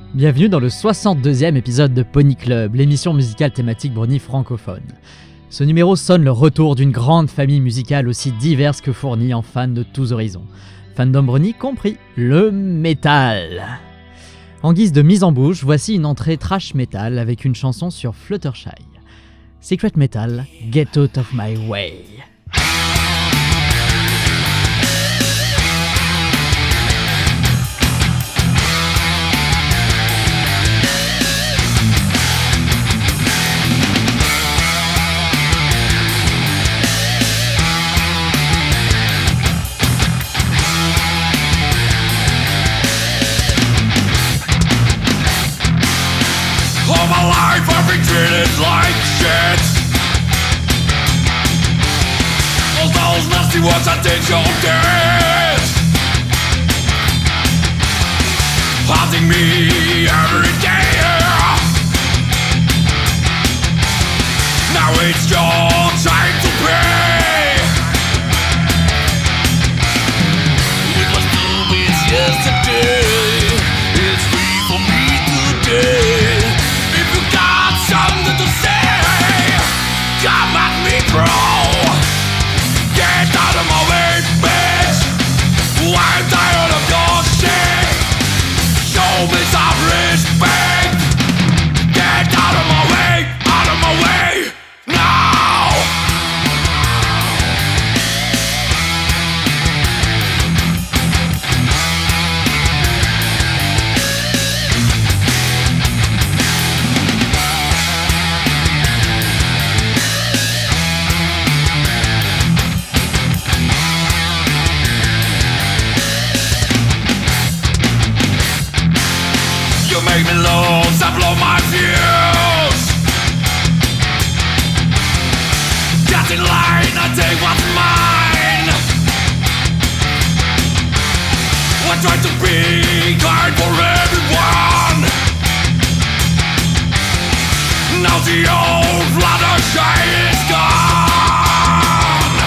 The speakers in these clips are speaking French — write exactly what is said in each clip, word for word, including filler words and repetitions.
Bienvenue dans le soixante-deuxième épisode de Pony Club, l'émission musicale thématique brownie francophone. Ce numéro sonne le retour d'une grande famille musicale aussi diverse que fournie en fans de tous horizons. Fandom brownie compris, le métal. En guise de mise en bouche, voici une entrée trash metal avec une chanson sur Fluttershy. Secret Metal, Get Out of My Way. All my life I've been treated like shit. All those nasty words I did you did, haunting me every day. Now it's your time to pay. It was two minutes yesterday. It's free for me today. Something to say, come at me, bro. Get out of my way, bitch. I'm tired of your shit. Show me some respect. Get out of my way, out of my way, now. Make me lose, I blow my fuse. Get in line, I take what's mine. I try to be kind for everyone. Now the old Fluttershy is gone.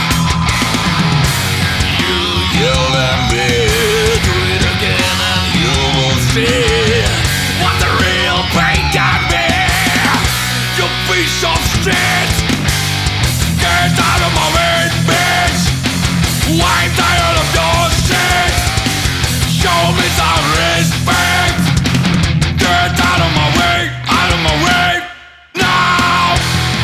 You yell at me, do it again and you will see what the real pain can be. You piece of shit. Get out of my way, bitch. I'm tired of your shit. Show me some respect. Get out of my way, out of my way, now.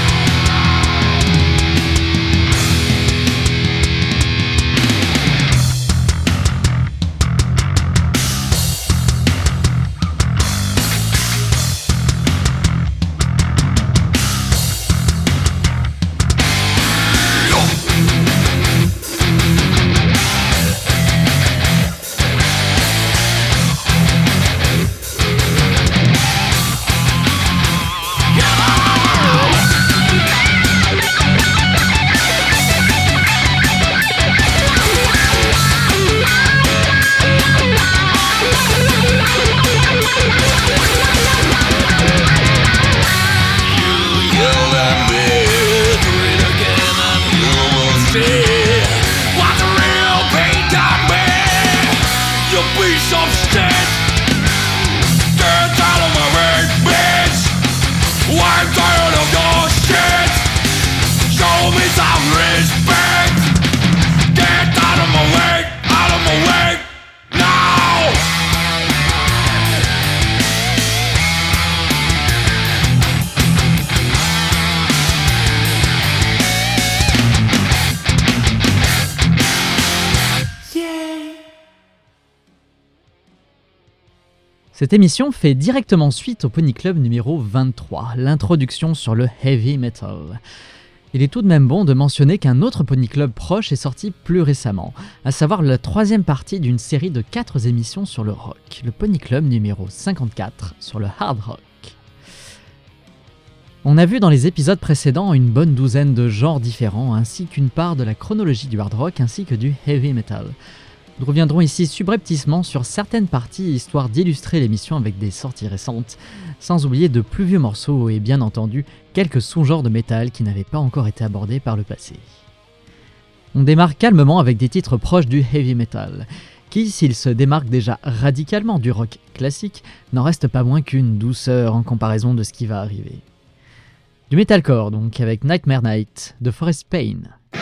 Cette émission fait directement suite au Pony Club numéro vingt-trois, l'introduction sur le heavy metal. Il est tout de même bon de mentionner qu'un autre Pony Club proche est sorti plus récemment, à savoir la troisième partie d'une série de quatre émissions sur le rock, le Pony Club numéro cinquante-quatre sur le hard rock. On a vu dans les épisodes précédents une bonne douzaine de genres différents, ainsi qu'une part de la chronologie du hard rock ainsi que du heavy metal. Nous reviendrons ici subrepticement sur certaines parties histoire d'illustrer l'émission avec des sorties récentes, sans oublier de plus vieux morceaux et bien entendu quelques sous-genres de métal qui n'avaient pas encore été abordés par le passé. On démarre calmement avec des titres proches du heavy metal. qui, s'il se démarque déjà radicalement du rock classique, n'en reste pas moins qu'une douceur en comparaison de ce qui va arriver. Du metalcore donc, avec Nightmare Night de Forest Pain.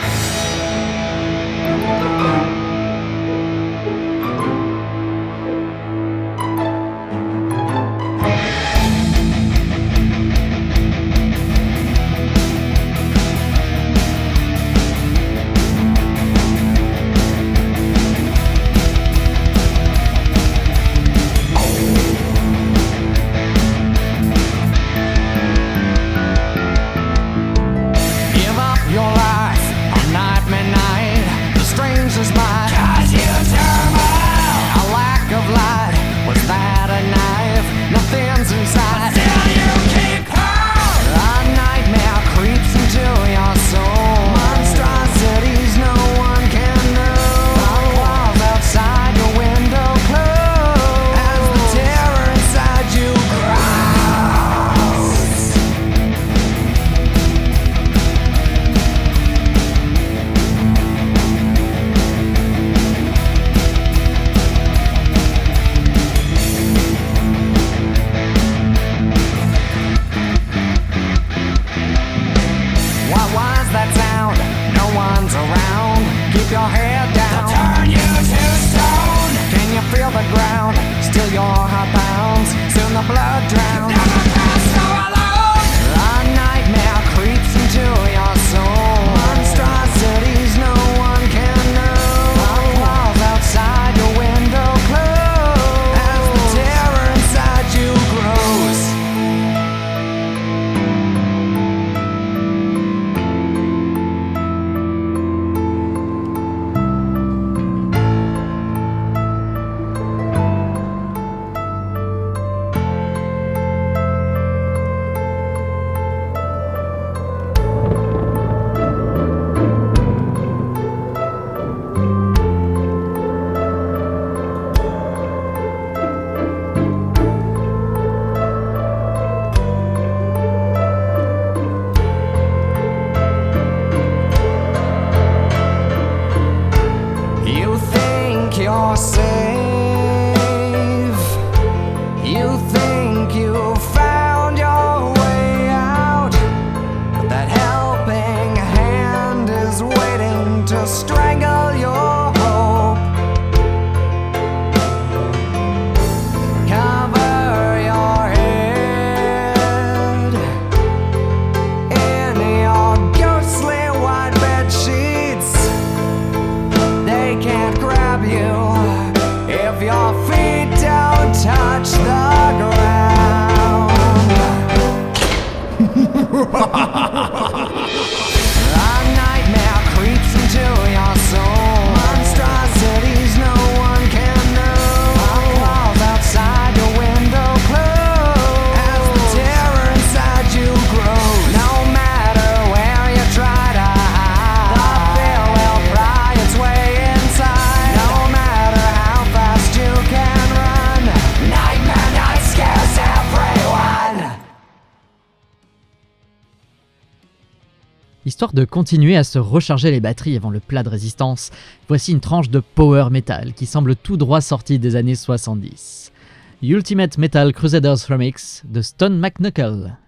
Histoire de continuer à se recharger les batteries avant le plat de résistance, voici une tranche de power metal qui semble tout droit sortie des années soixante-dix. Ultimate Metal Crusaders Remix de Stone McKnuckle.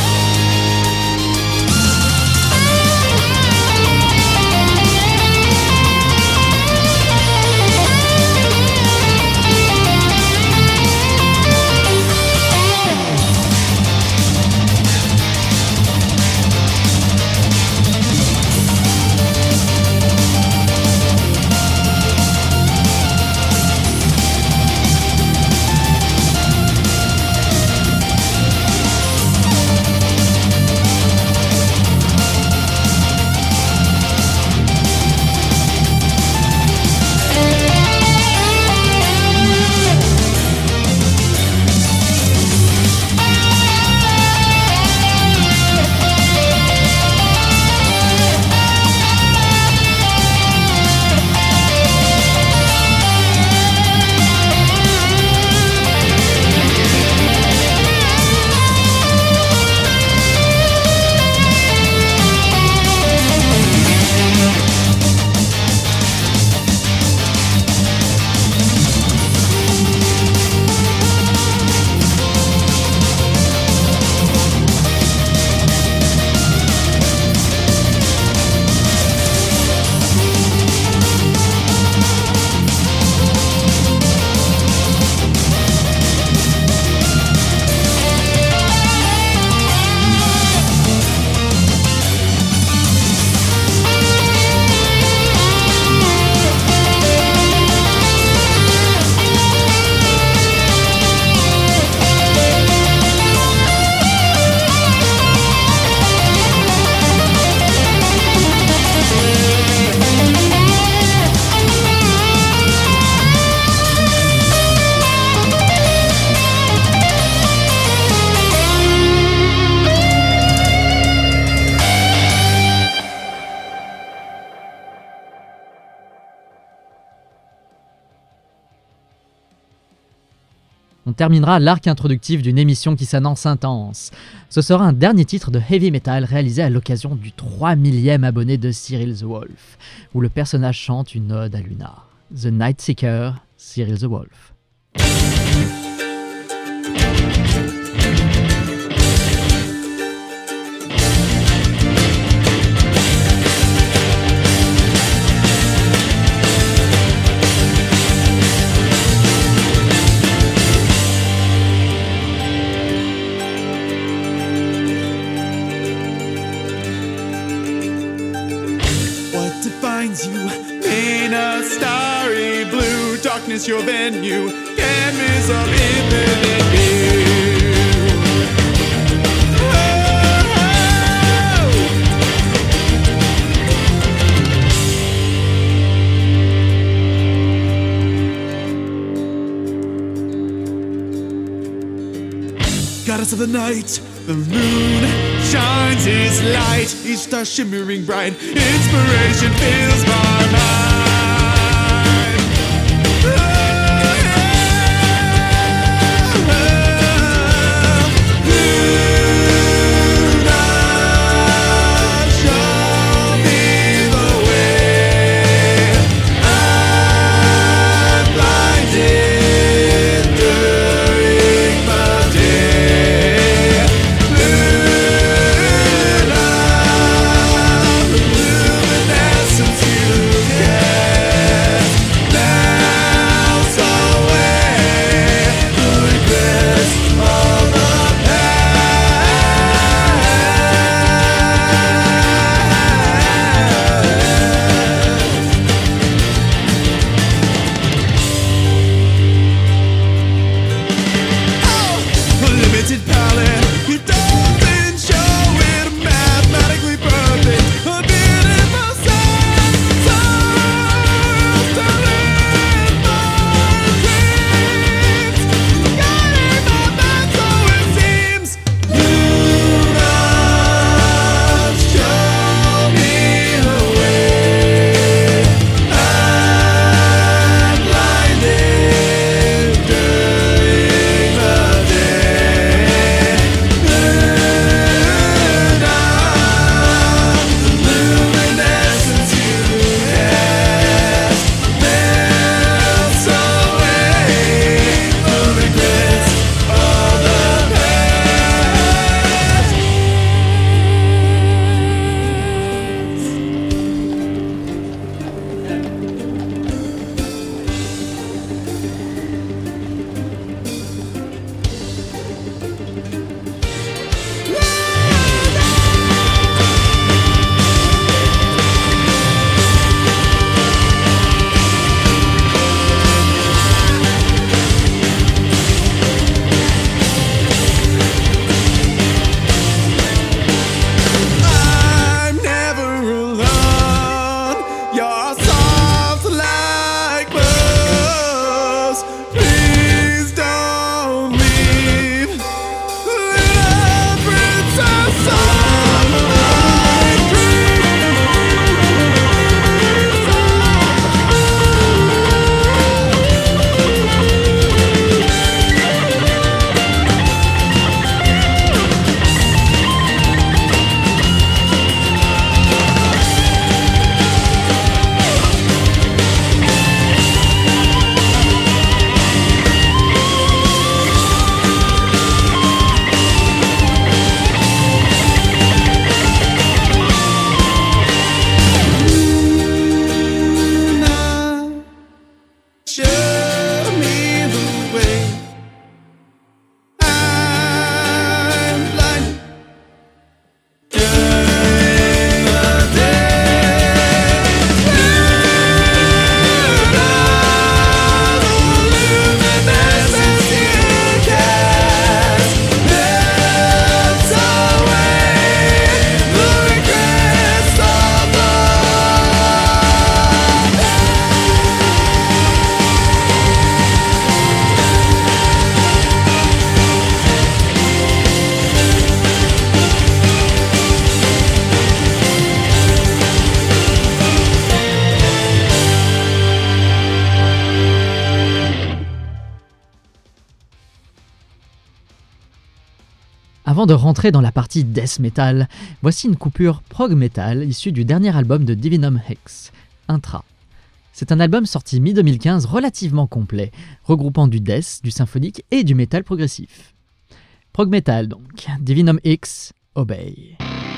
We'll be right back. On terminera l'arc introductif d'une émission qui s'annonce intense. Ce sera un dernier titre de heavy metal réalisé à l'occasion du trois millième abonné de Cyril the Wolf, où le personnage chante une ode à Luna. The Night Seeker, Cyril the Wolf. You in a starry blue darkness, your venue, canvas of infinite view. Oh. Goddess of the night, the moon shines its light, each star shimmering bright. Inspiration fills my mind. Oh, oh, oh. Luna, show me the way. I'm blinded during the day. Luna, luminescence you get. Avant de rentrer dans la partie death metal, voici une coupure prog metal issue du dernier album de Divinum X, Intra. C'est un album sorti mi deux mille quinze relativement complet, regroupant du death, du symphonique et du metal progressif. Prog metal donc, Divinum X, Obey.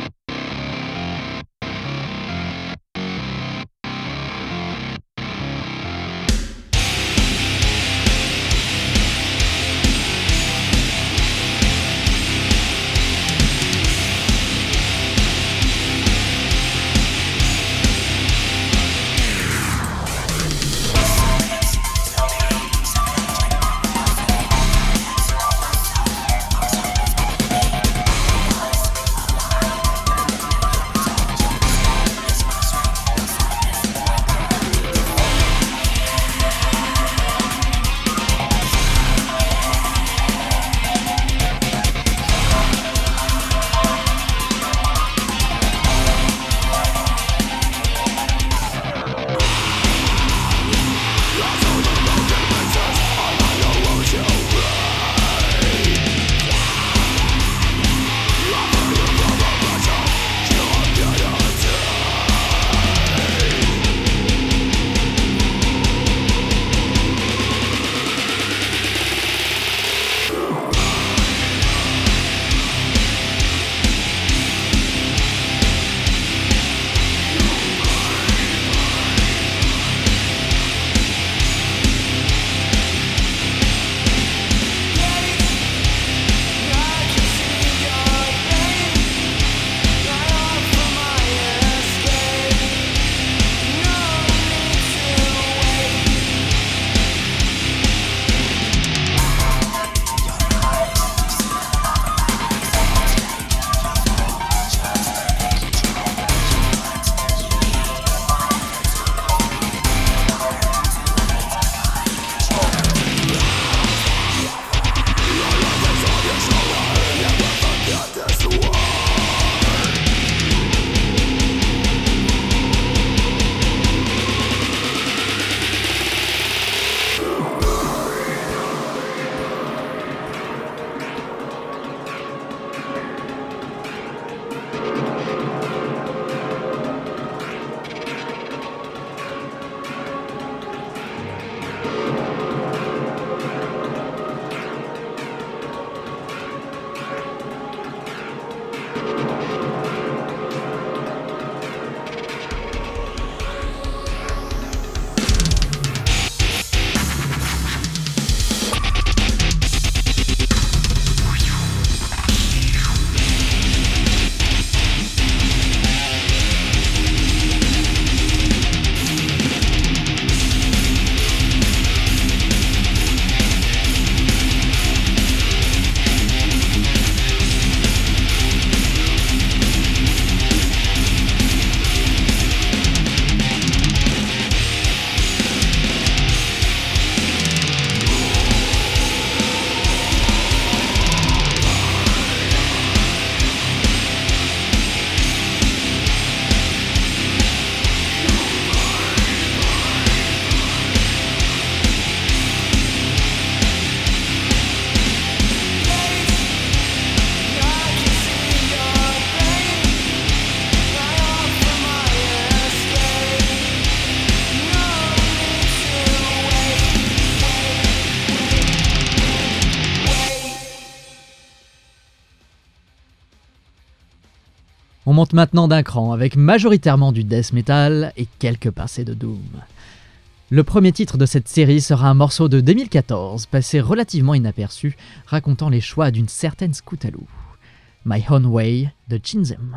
On monte maintenant d'un cran avec majoritairement du death metal et quelques pincées de doom. Le premier titre de cette série sera un morceau de deux mille quatorze, passé relativement inaperçu, racontant les choix d'une certaine Scootaloo. My Own Way de Chinzem.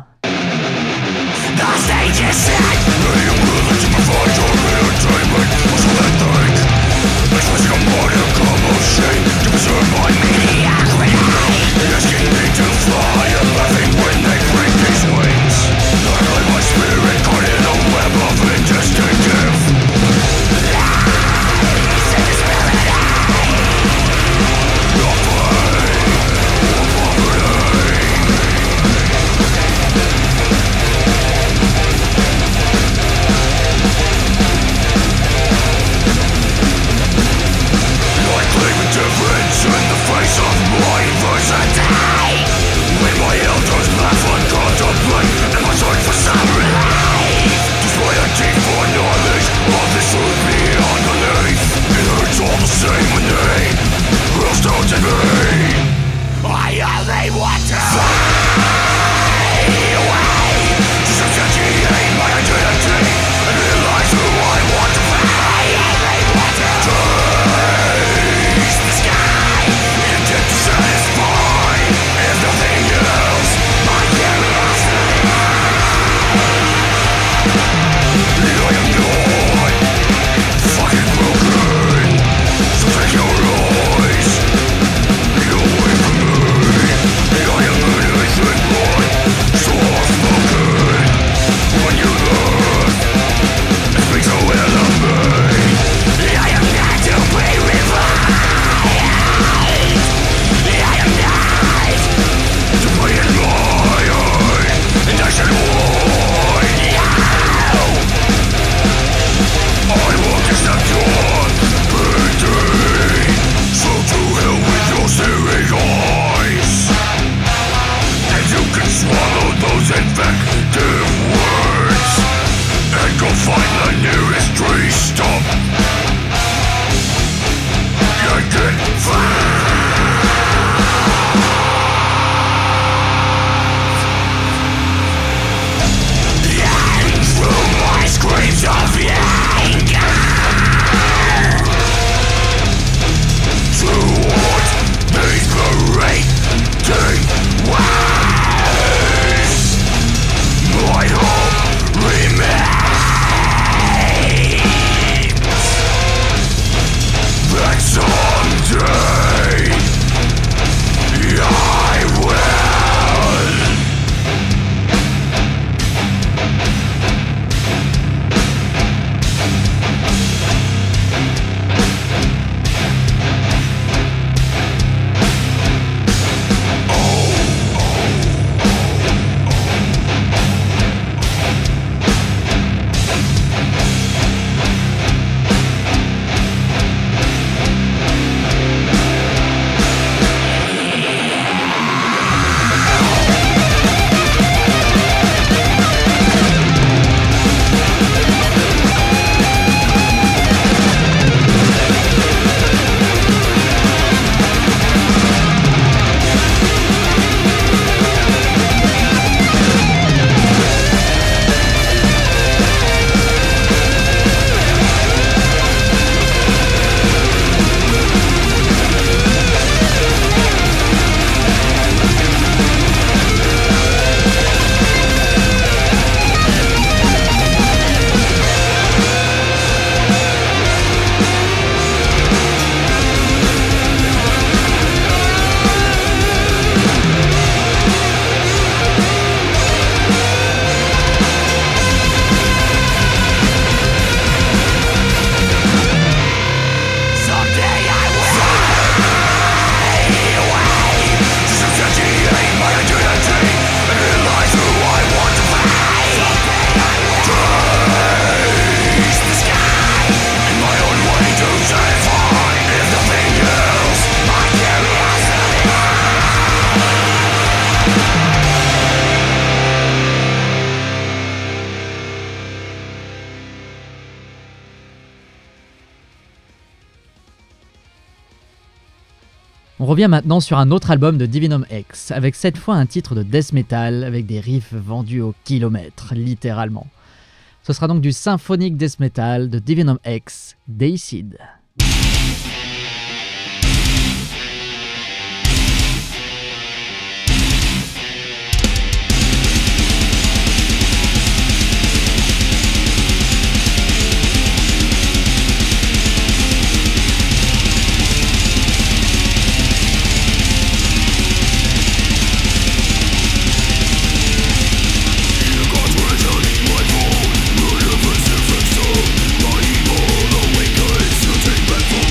In the face of war. Infective words, and go find the nearest tree stump. You get and through my screams of anger, towards these parading ways, my hope remains that someday I will. On revient maintenant sur un autre album de Divinum X, avec cette fois un titre de death metal avec des riffs vendus au kilomètre, littéralement. Ce sera donc du symphonique death metal de Divinum X, Deicide. Take back for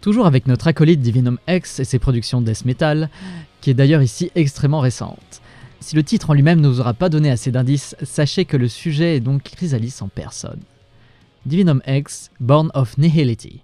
Toujours avec notre acolyte Divinum X et ses productions death metal, qui est d'ailleurs ici extrêmement récente. Si le titre en lui-même ne vous aura pas donné assez d'indices, sachez que le sujet est donc Chrysalis en personne. Divinum X, Born of Nihility.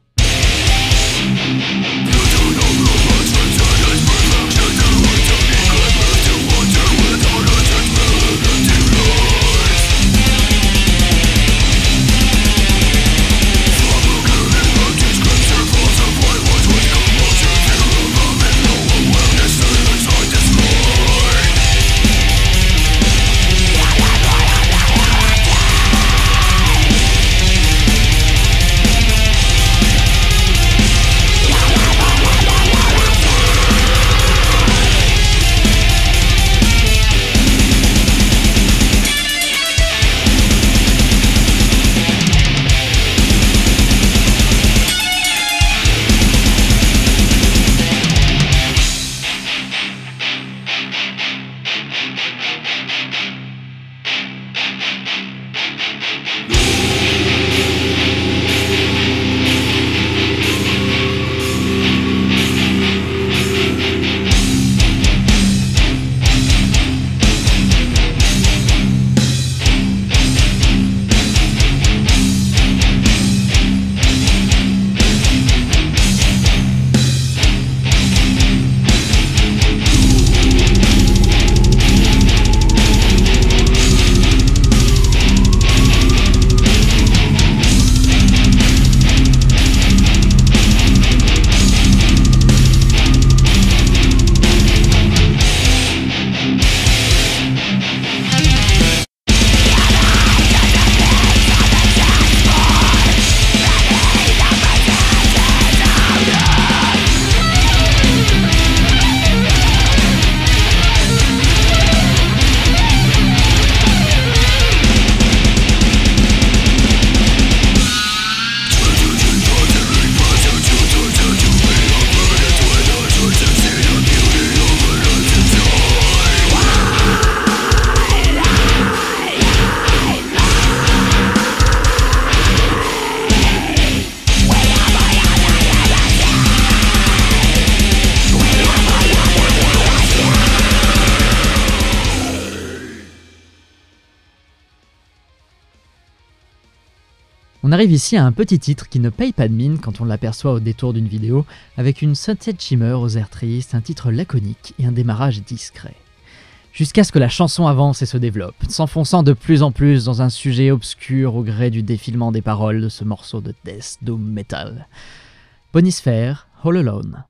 On arrive ici à un petit titre qui ne paye pas de mine quand on l'aperçoit au détour d'une vidéo, avec une Sunset Shimmer aux airs tristes, un titre laconique et un démarrage discret. Jusqu'à ce que la chanson avance et se développe, s'enfonçant de plus en plus dans un sujet obscur au gré du défilement des paroles de ce morceau de death doom metal. Bonisphere, All Alone.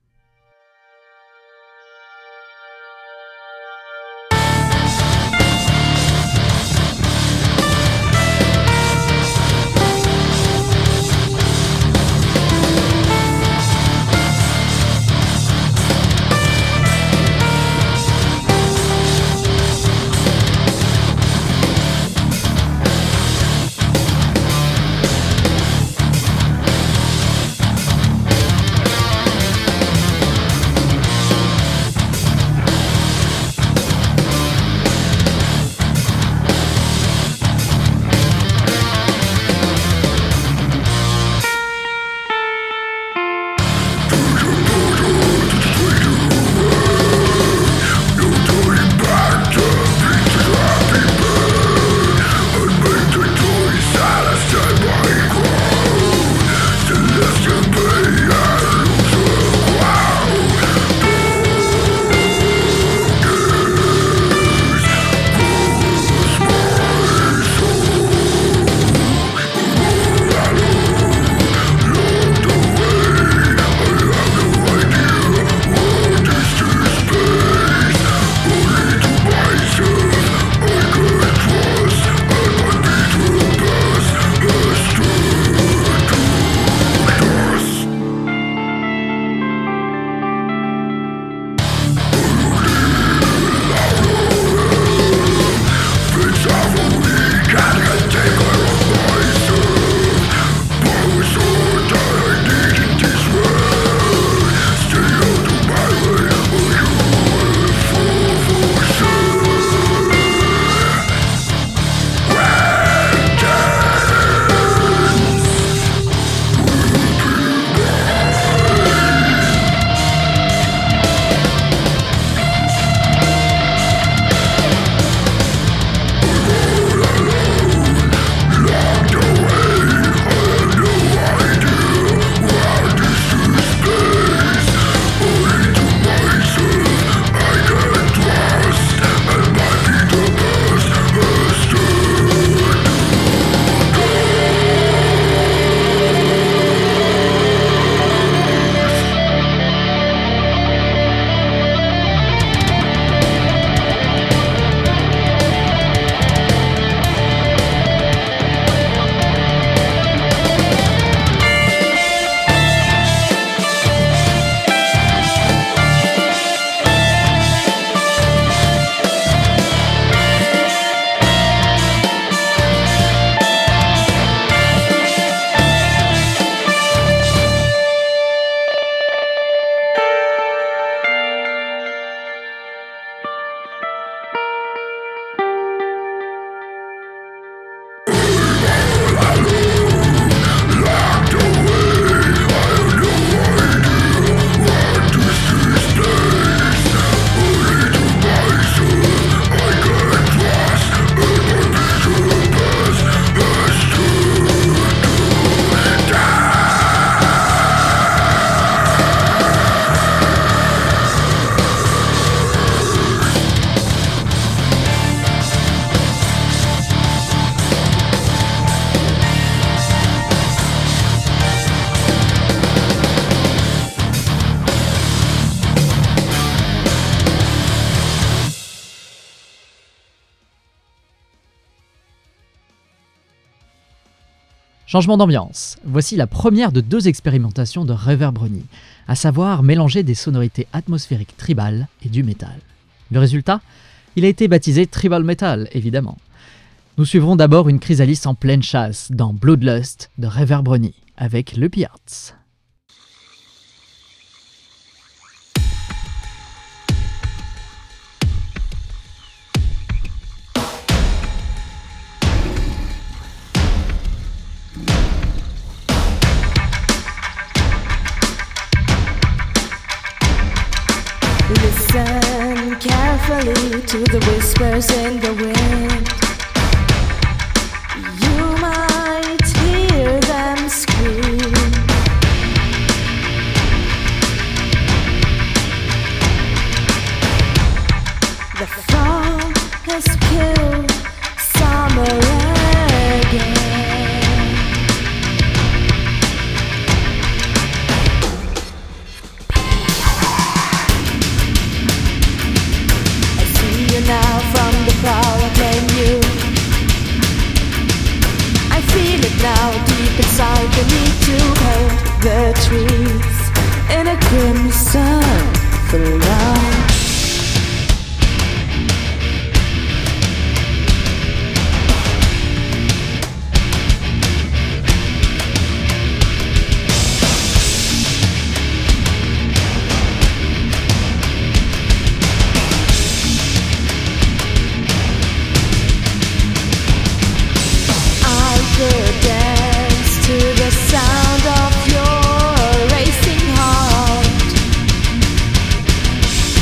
Changement d'ambiance, voici la première de deux expérimentations de Reverb Brownie, à savoir mélanger des sonorités atmosphériques tribales et du métal. Le résultat ? Il a été baptisé Tribal Metal, évidemment. Nous suivrons d'abord une chrysallis en pleine chasse dans Bloodlust de Reverb Brownie avec le P-Arts. Listen carefully to the whispers in the wind. You might hear them scream. The fall has killed summer again. Now from the cloud I claim you. I feel it now deep inside the need to paint the trees in a crimson flood. Dance to the sound of your racing heart.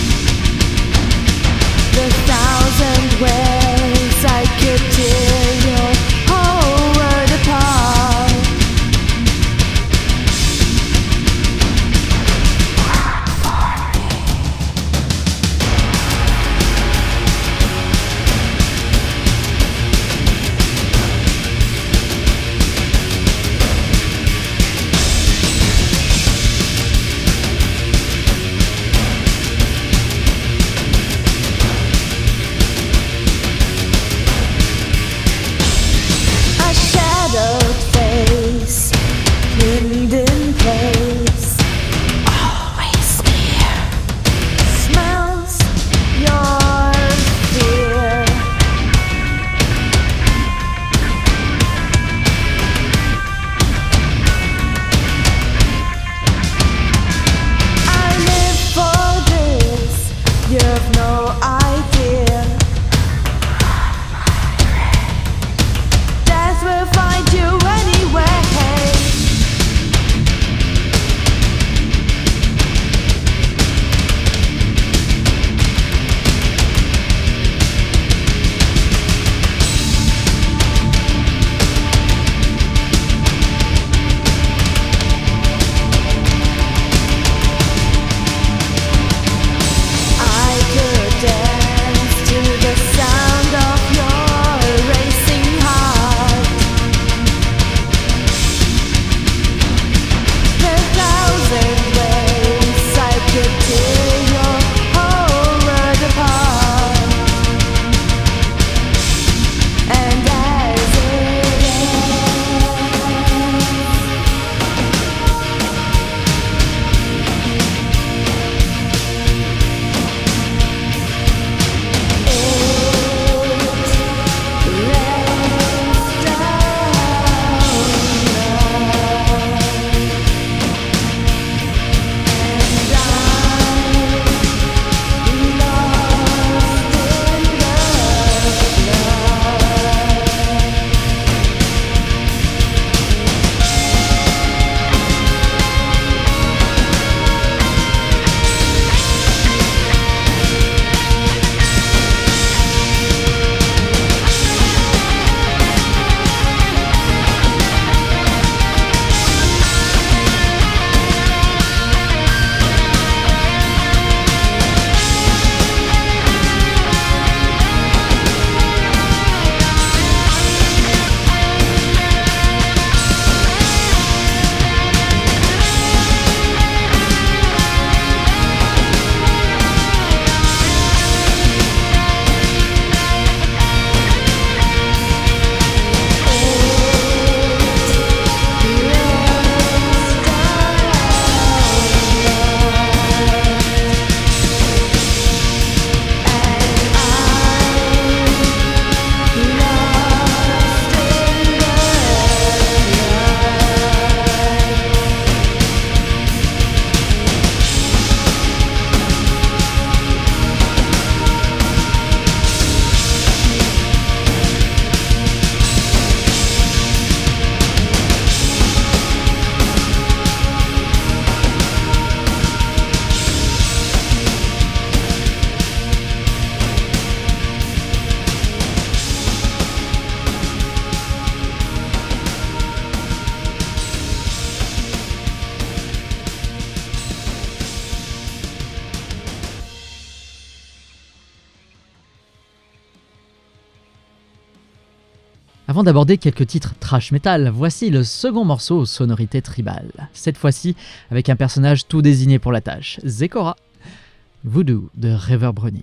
Avant d'aborder quelques titres trash metal, voici le second morceau aux sonorités tribales. Cette fois-ci avec un personnage tout désigné pour la tâche, Zecora, Voodoo de River Bruni.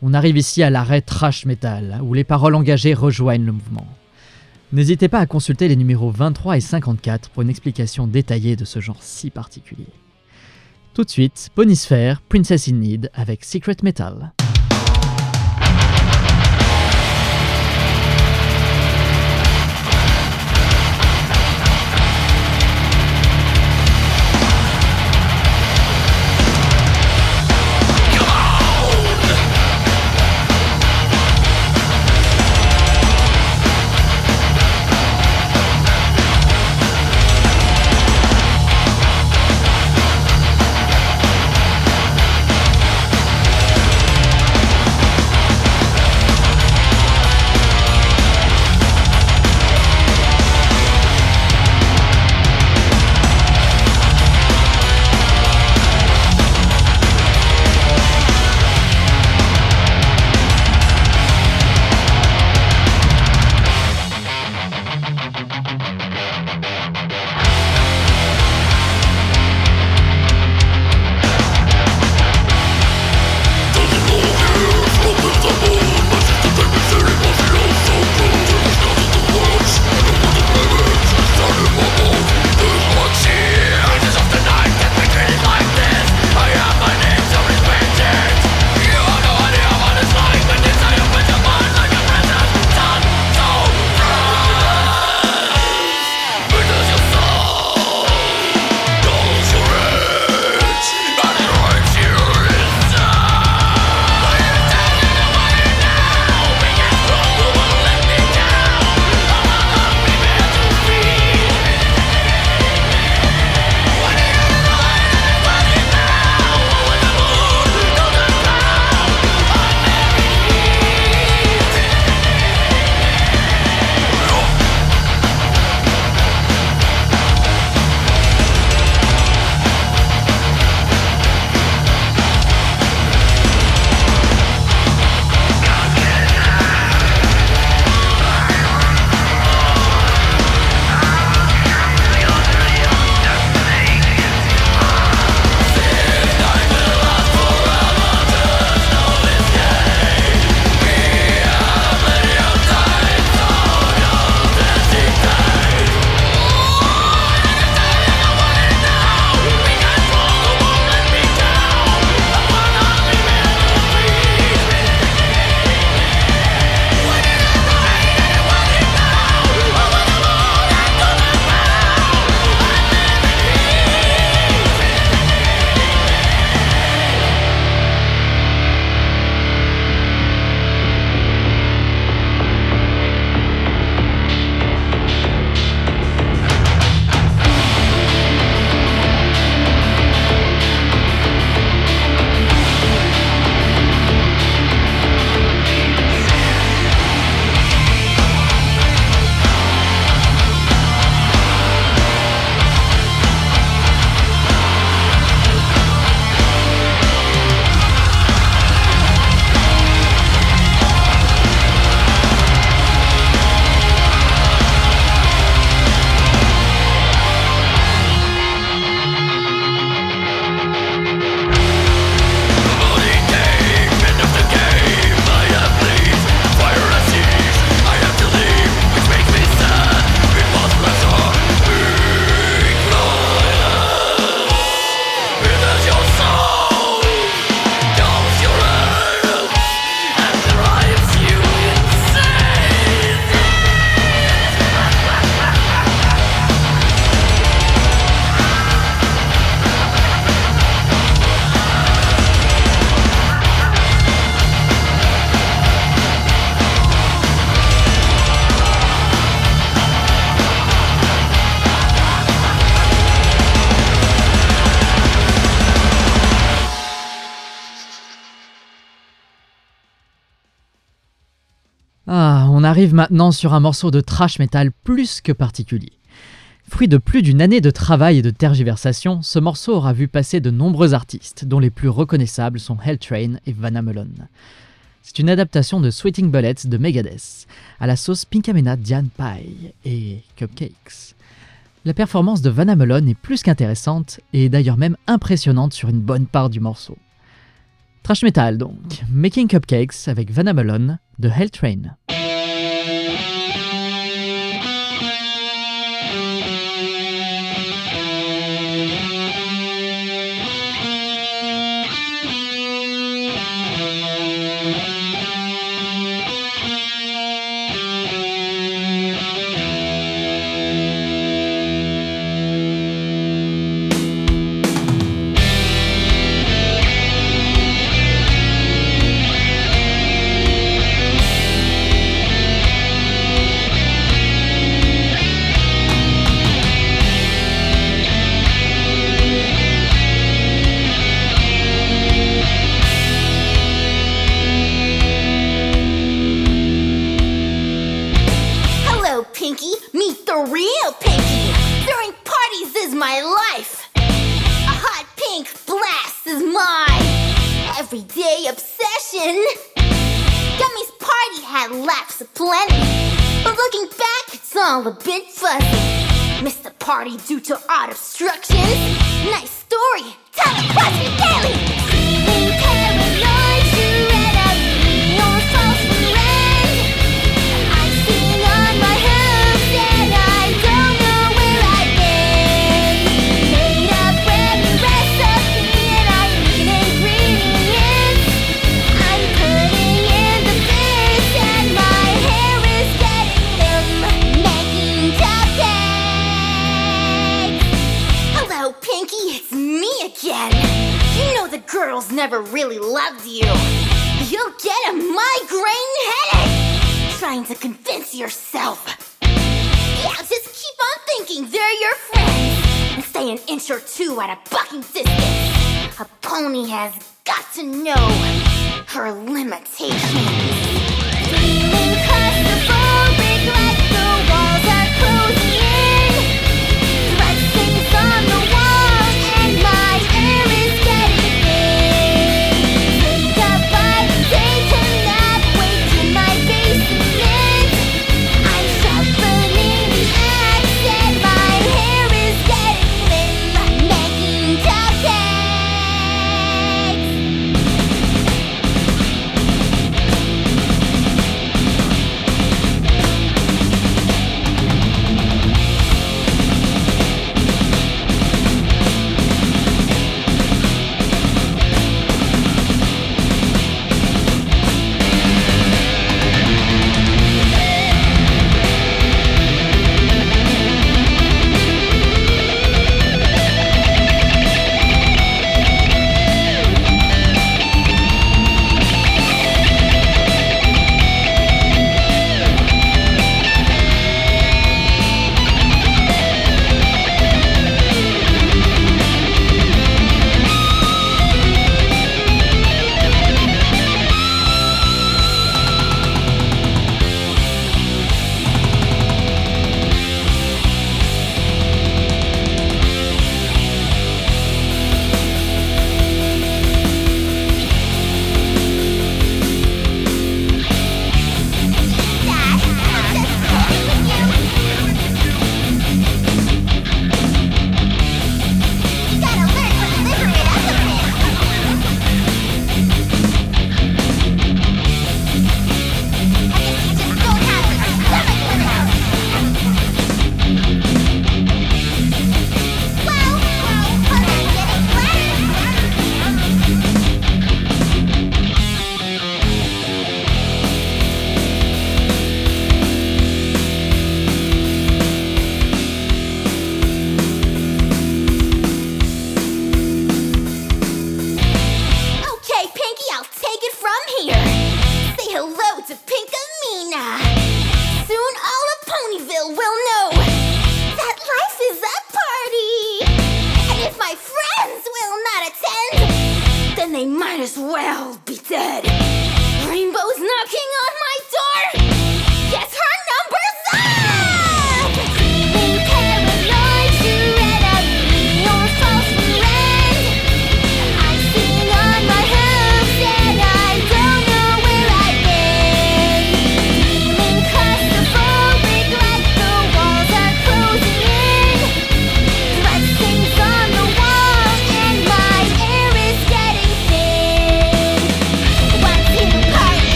On arrive ici à l'arrêt thrash metal, où les paroles engagées rejoignent le mouvement. N'hésitez pas à consulter les numéros vingt-trois et cinquante-quatre pour une explication détaillée de ce genre si particulier. Tout de suite, Ponisphère, Princess in Need avec Secret Metal. Ah, on arrive maintenant sur un morceau de thrash metal plus que particulier. Fruit de plus d'une année de travail et de tergiversation, ce morceau aura vu passer de nombreux artistes, dont les plus reconnaissables sont Helltrain et Vanna Melon. C'est une adaptation de Sweating Bullets de Megadeth, à la sauce Pinkamena Dian Pie et Cupcakes. La performance de Vanna Melon est plus qu'intéressante, et d'ailleurs même impressionnante sur une bonne part du morceau. Thrash metal donc, Making Cupcakes avec Vanna Malone de Hell Train. All a bit fuzzy. Missed the party due to odd obstructions. Nice story. Tell it, watch me daily. Feeling paranoid, you read up your false friend. I'm sitting on my hooks and I don't know where I've been. Made a brand new recipe and I'm eating ingredients. I'm putting in the bits and my hair is getting them. Hello, Pinky, it's me again. You know the girls never really loved you. You'll get a migraine headache trying to convince yourself. Yeah, just keep on thinking they're your friends and stay an inch or two at a bucking distance. A pony has got to know her limitations. Feeling claustrophobic like the walls are closing in. Dressings on the wall and my hair is getting thin. Take a bite, take a nap, wait in my basement. I'm sharpening the axe and my hair is getting limp. Making cupcakes. Getting thin.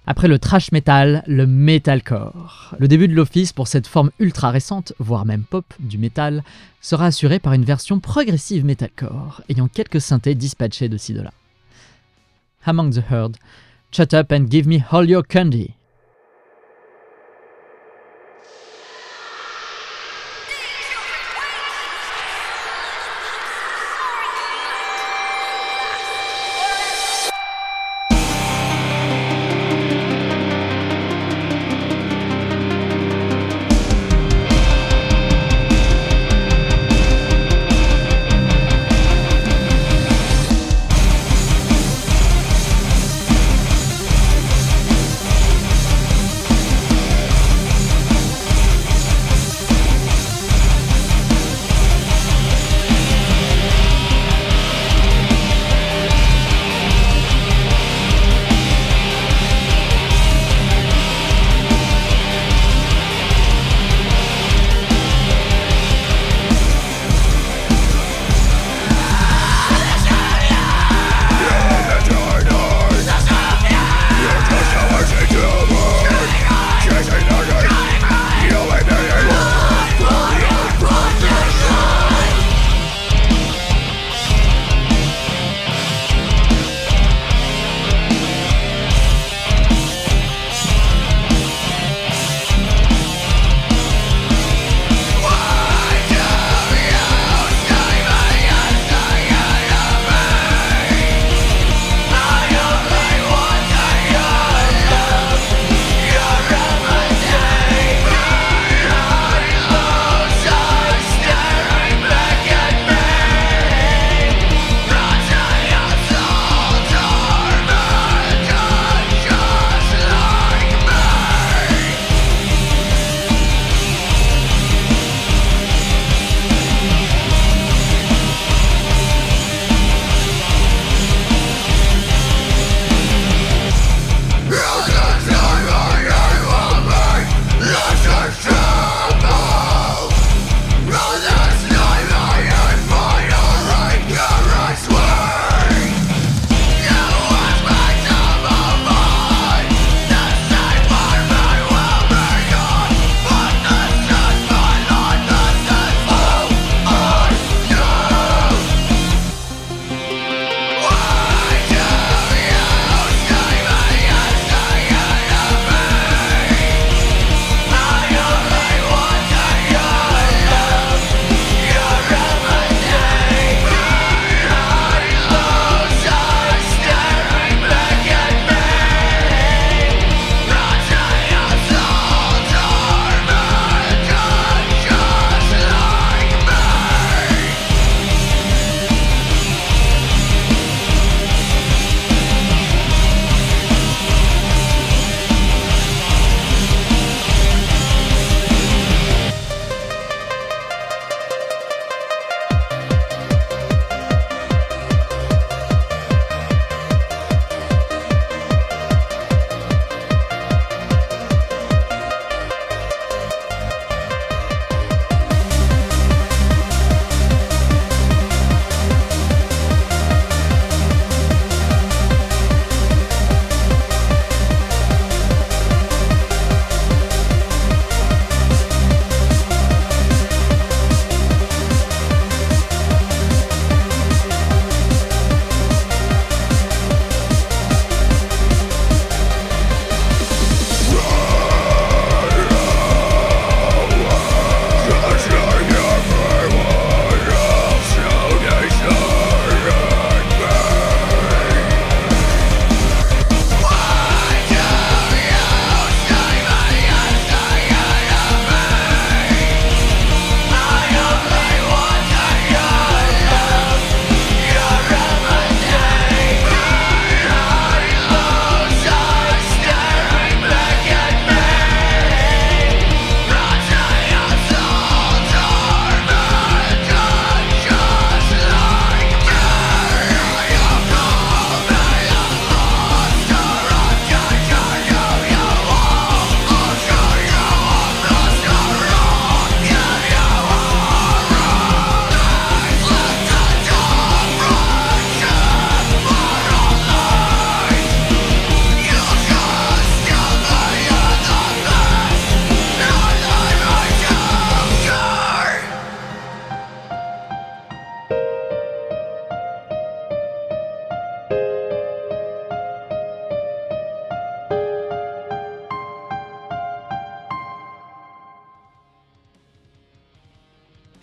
Après le thrash metal, le metalcore. Le début de l'office pour cette forme ultra récente, voire même pop, du metal, sera assuré par une version progressive metalcore, ayant quelques synthés dispatchés de ci de là. Among the Herd, Shut Up and Give Me All Your Candy.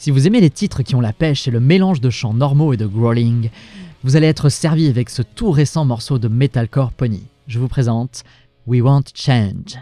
Si vous aimez les titres qui ont la pêche et le mélange de chants normaux et de growling, vous allez être servi avec ce tout récent morceau de metalcore pony. Je vous présente We Want Change.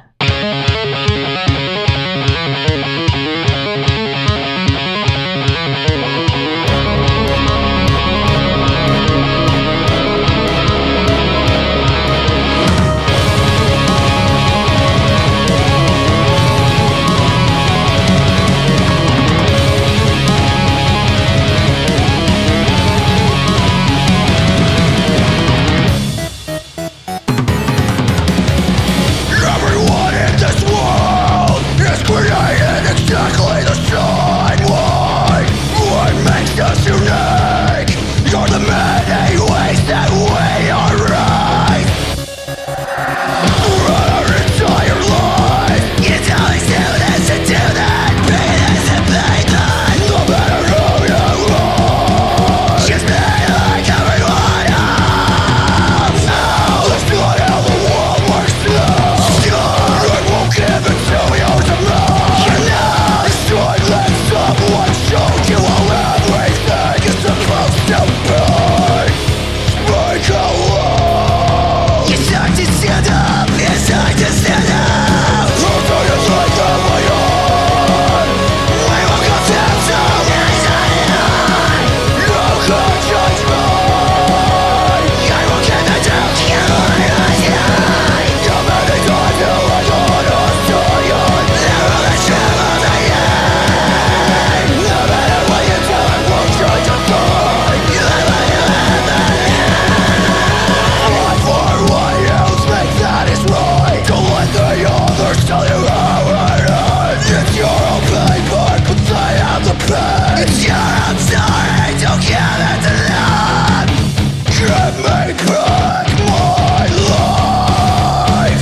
Everyone in this world is created exactly the same way. What makes us unique? You're the many ways that we are right. Throughout our entire life, you tell us do this and do that, be this and be that. No matter who you are, just be like everyone else. That's not how the world works now. I won't give it to you tomorrow. You know, it's time that someone showed you how everything is supposed to be. Speak out loud. You start to stand up. You start to stand up. I'll tell you like on my own. We will go down to inside. You can't judge me. I will get the doubt. You are not here. You many times you were gone on to you. Never let you of the end. No matter what you do, I won't try to find. You have what you have at Fight for what you think that is right. Don't let the others tell you how it is. It's your own paper, but they have the pen. It's your own story, don't give it to them. Give me back my life.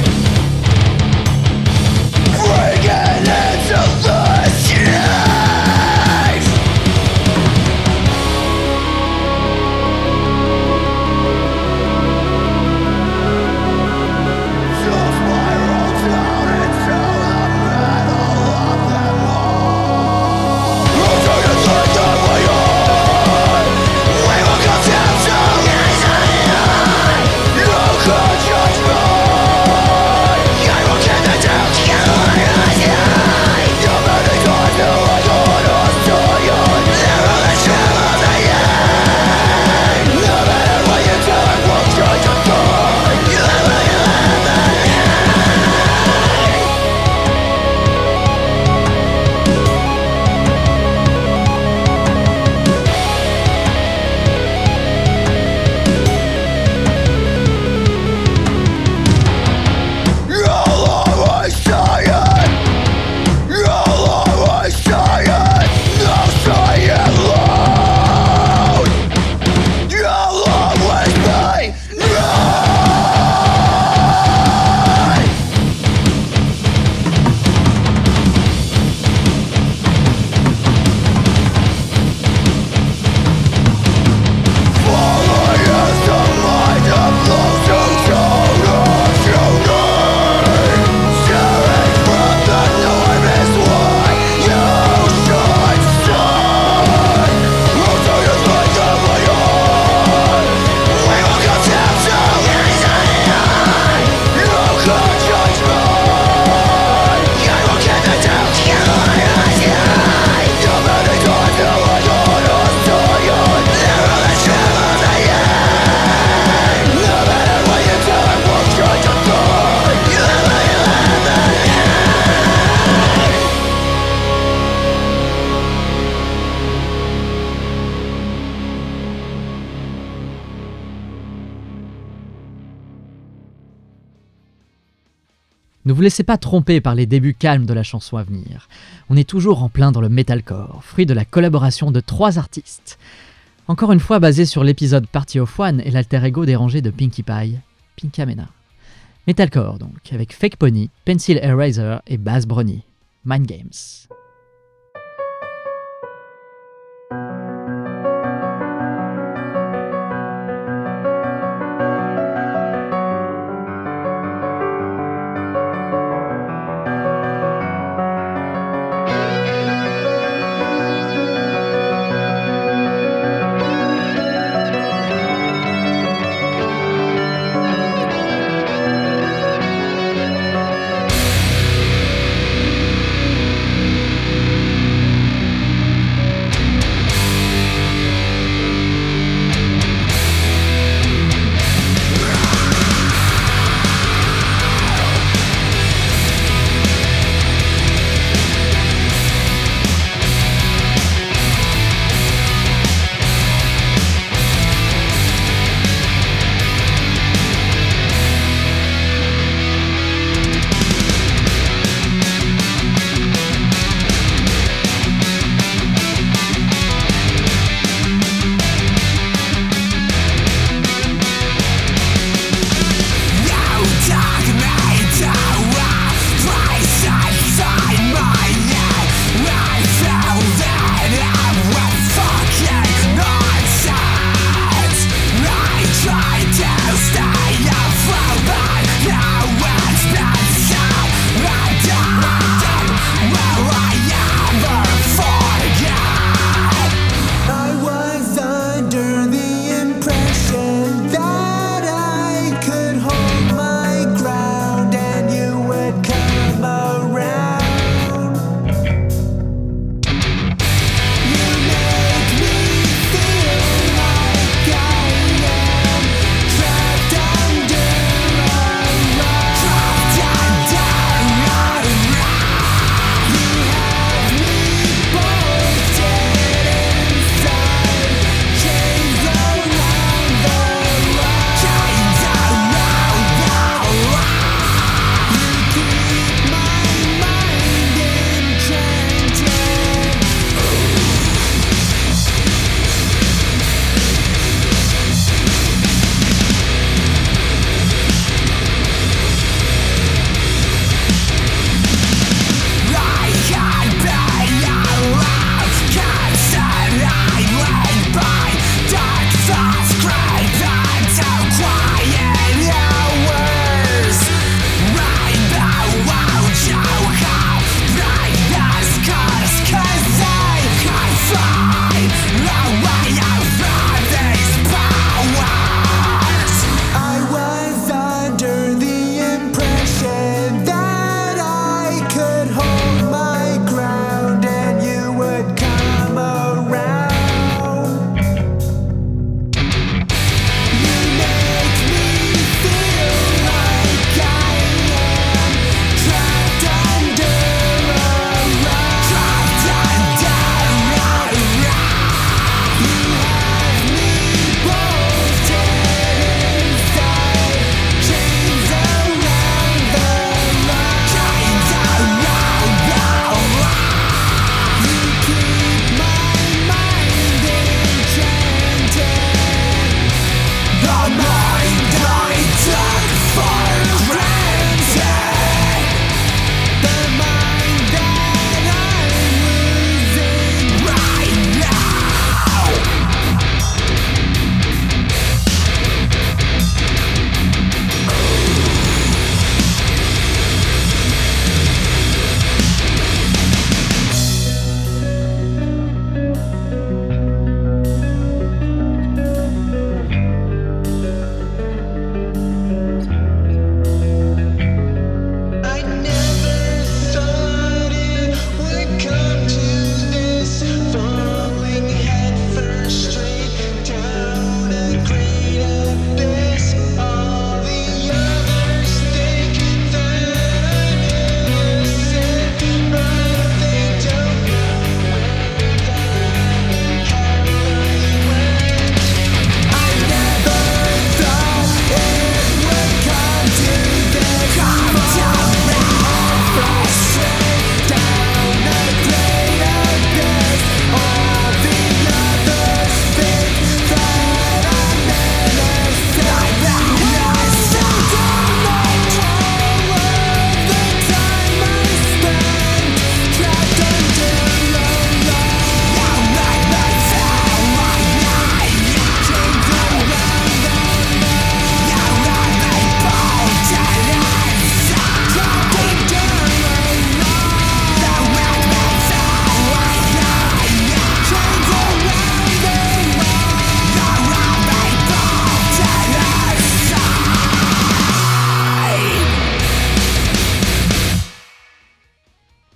Bring it into this life. So spiral down into the middle of them all. I'll tell you like on my own. We will go down to inside. You can't judge me. I will get the doubt. You are not here. You many times you were gone on to you. Never let you of the end. No matter what you do, I won't try to find. You have what you have at You'll always say it. You'll always say it. Now say it loud. You'll always be right. Follow is the mind of those who show us you need. Steering from the norm is what you should say. I'll tell you like on my own. We will go down to inside. You can't judge me. I will get the doubt. You are not here. You many times you were gone on to you. Never let you of the end. No matter what you do, I won't try to find. You have what you have at Ne vous laissez pas tromper par les débuts calmes de la chanson à venir. On est toujours en plein dans le metalcore, fruit de la collaboration de trois artistes. Encore une fois basé sur l'épisode Party of One et l'alter ego dérangé de Pinkie Pie, Pinkamena. Metalcore donc, avec Fake Pony, Pencil Eraser et Bass Brownie. Mind Games.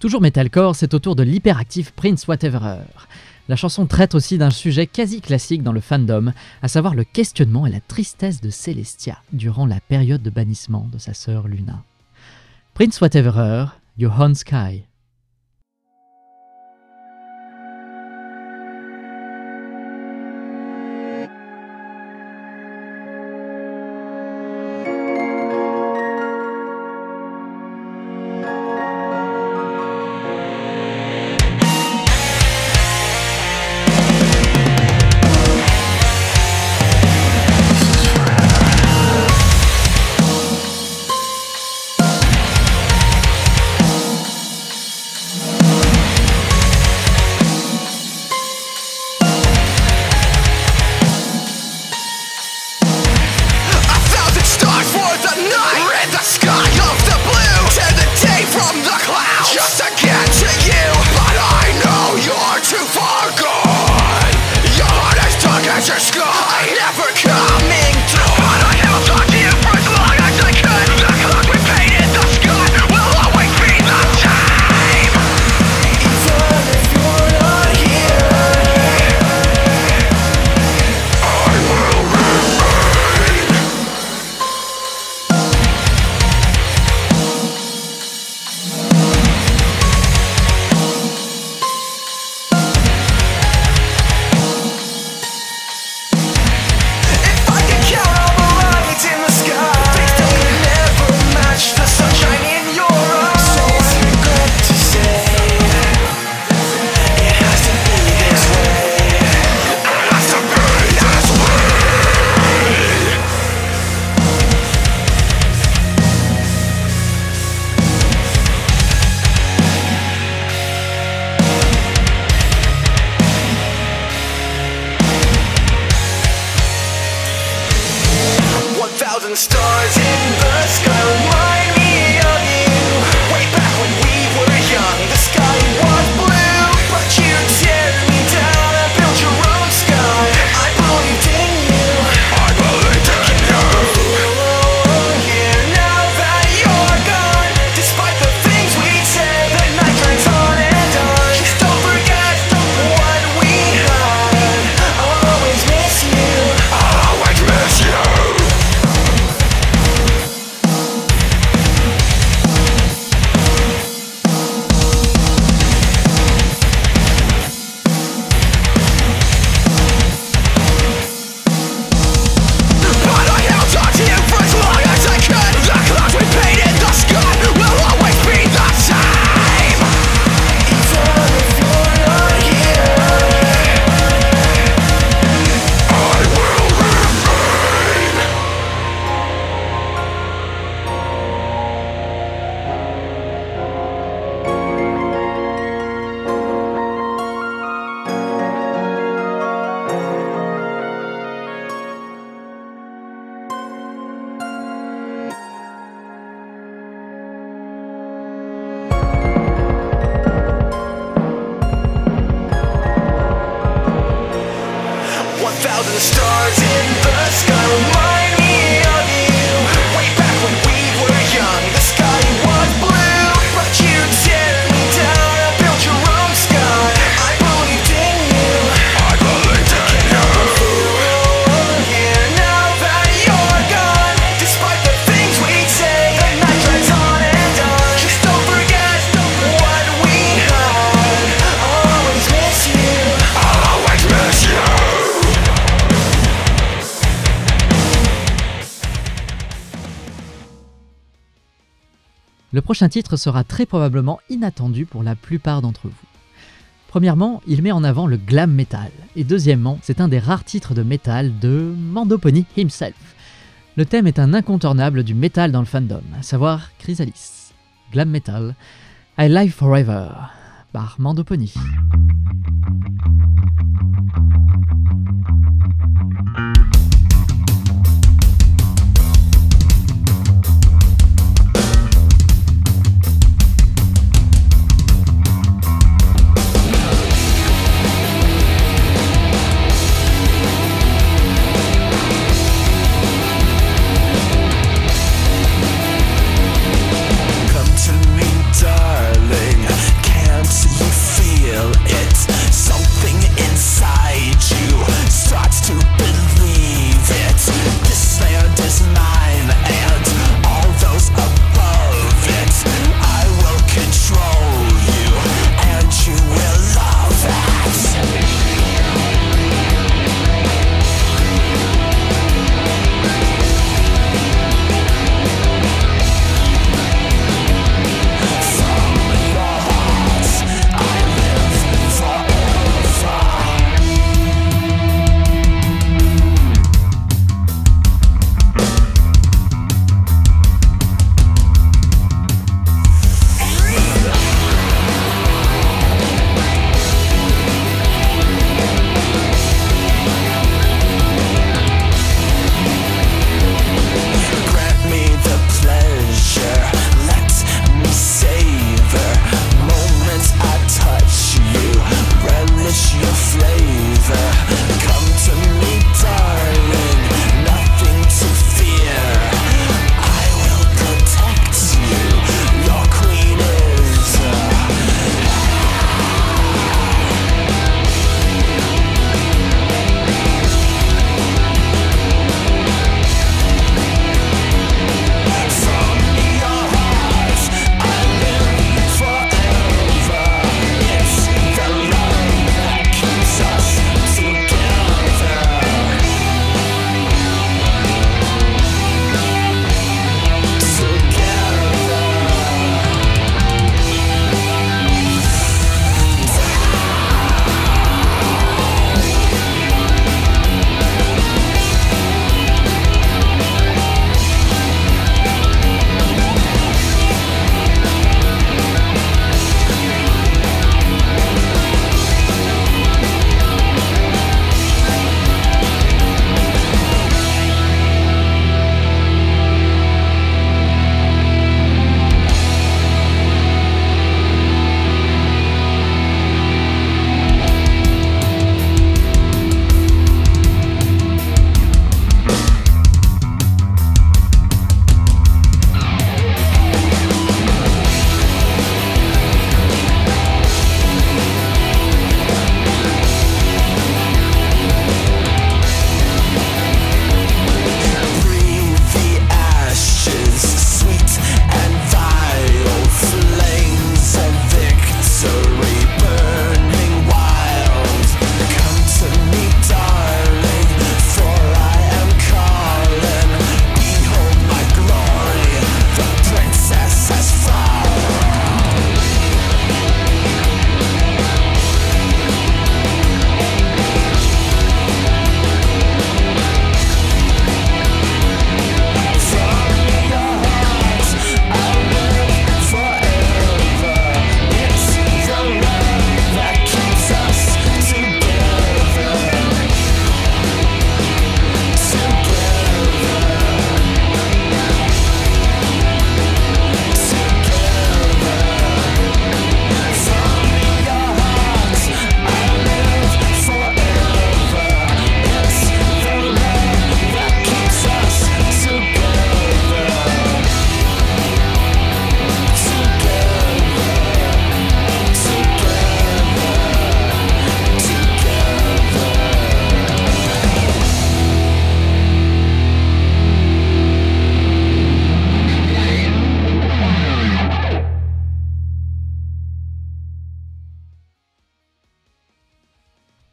Toujours metalcore, c'est au tour de l'hyperactif Prince Whatever. La chanson traite aussi d'un sujet quasi classique dans le fandom, à savoir le questionnement et la tristesse de Celestia durant la période de bannissement de sa sœur Luna. Prince Whatever, Your Own Sky. Stars in the sky remind me of you. Way back when we were young, the sky was blue, but you tear me down and build your own sky. I believed in you. I believed in you. Here now that you're gone, despite the things we say, the night drags on and on. Just don't forget what we had. I'll always miss you. I'll always miss you. Thousand stars in the sky remind me of you. Way back when we were young, the sky was blue, but you tear me down and build your own sky. I believed in you. I believed in you. Here now that you're gone, despite the things we say, the night drags on and on. Just don't forget what we had. I'll always miss you. I'll always miss you. Le prochain titre sera très probablement inattendu pour la plupart d'entre vous. Premièrement, il met en avant le glam metal, et deuxièmement, c'est un des rares titres de metal de Mandopony himself. Le thème est un incontournable du metal dans le fandom, à savoir Chrysalis. Glam metal, I Live Forever, par Mandopony. Come to me, darling.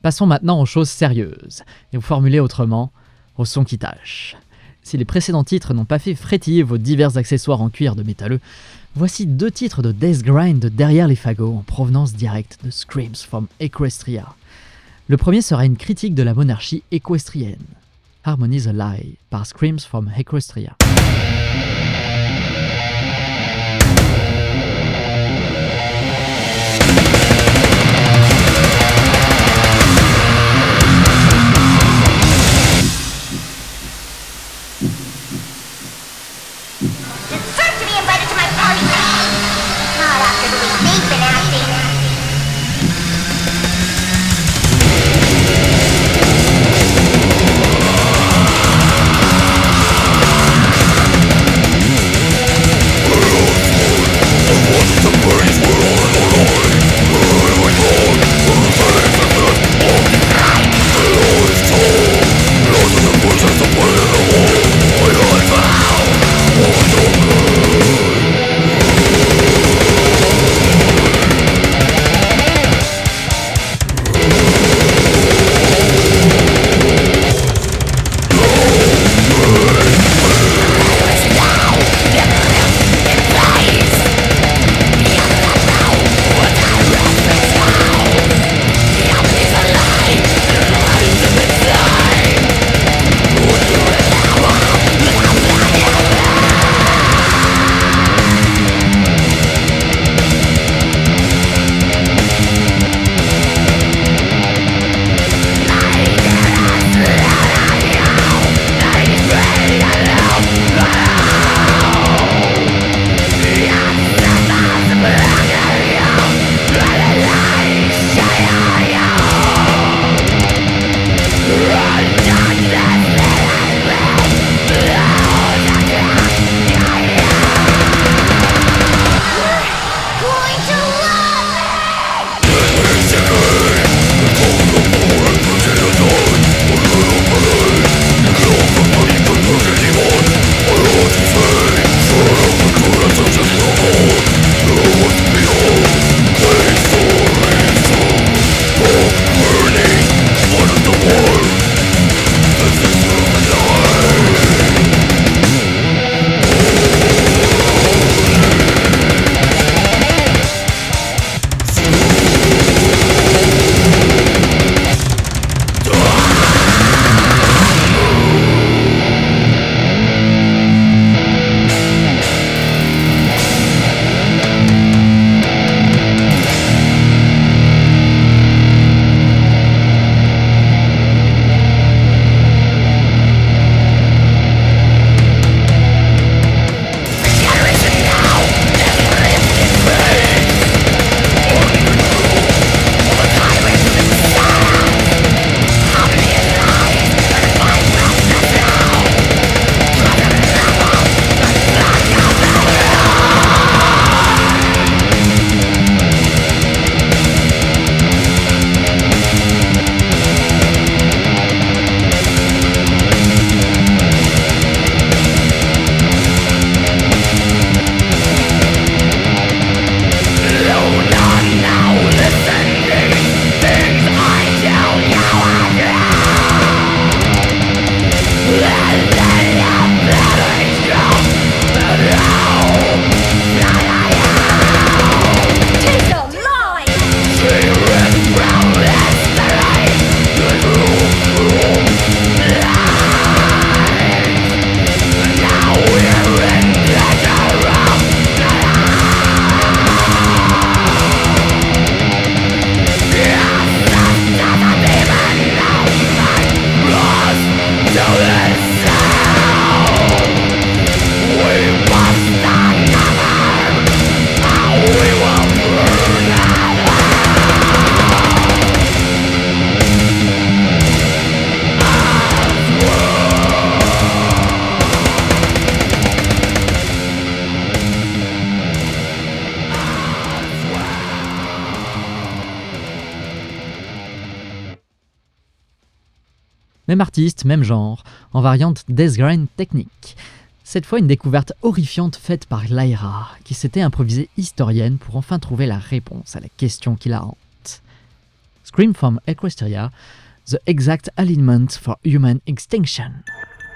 Passons maintenant aux choses sérieuses, et vous formulez autrement, au son qui tâche. Si les précédents titres n'ont pas fait frétiller vos divers accessoires en cuir de métalleux, voici deux titres de Death Grind derrière les fagots en provenance directe de Screams from Equestria. Le premier sera une critique de la monarchie équestrienne, Harmony's a Lie par Screams from Equestria. Deserve to be invited to my party. Not after the way they've been acting. Même artiste, même genre, en variante Death Grind technique. Cette fois une découverte horrifiante faite par Lyra, qui s'était improvisée historienne pour enfin trouver la réponse à la question qui la hante. Scream from Equestria, the exact alignment for human extinction.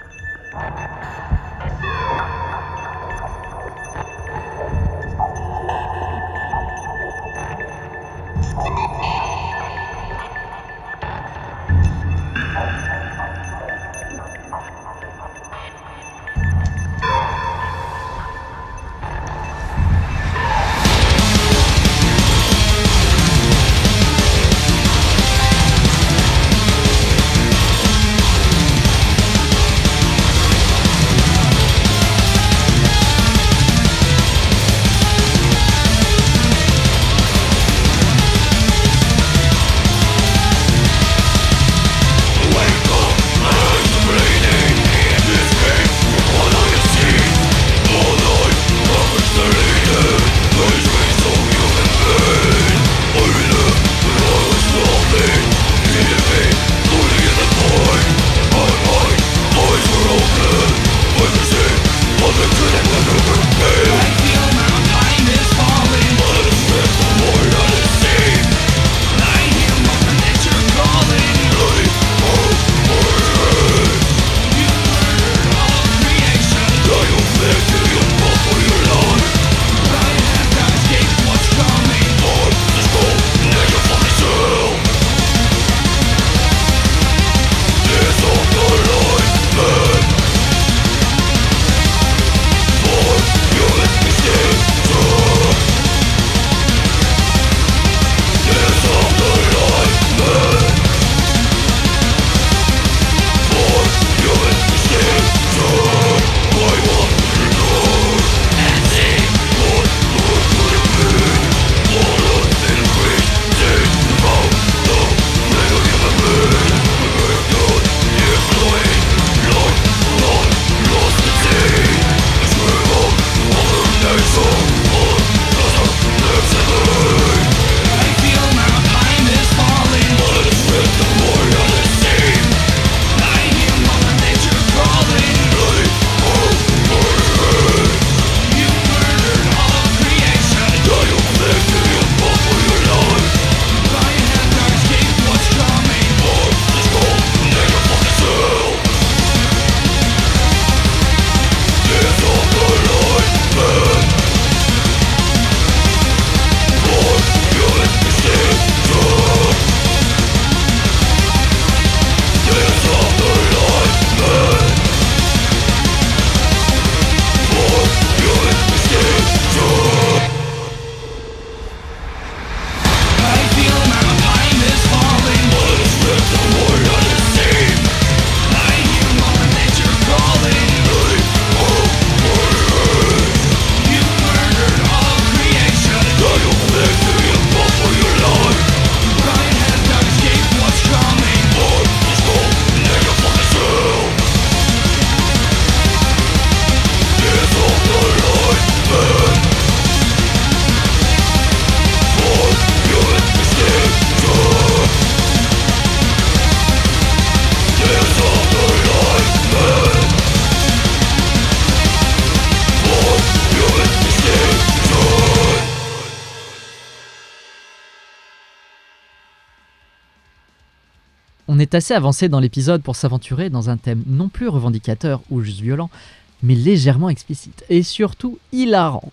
On est assez avancé dans l'épisode pour s'aventurer dans un thème non plus revendicateur ou juste violent, mais légèrement explicite, et surtout hilarant.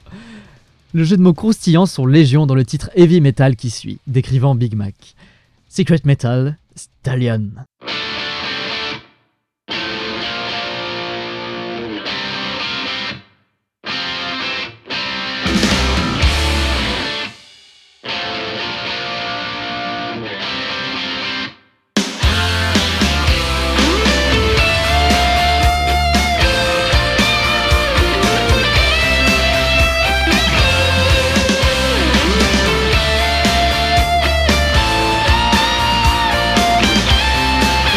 Le jeu de mots croustillants sont légion dans le titre heavy metal qui suit, décrivant Big Mac. Secret Metal, Stallion. We'll be right back.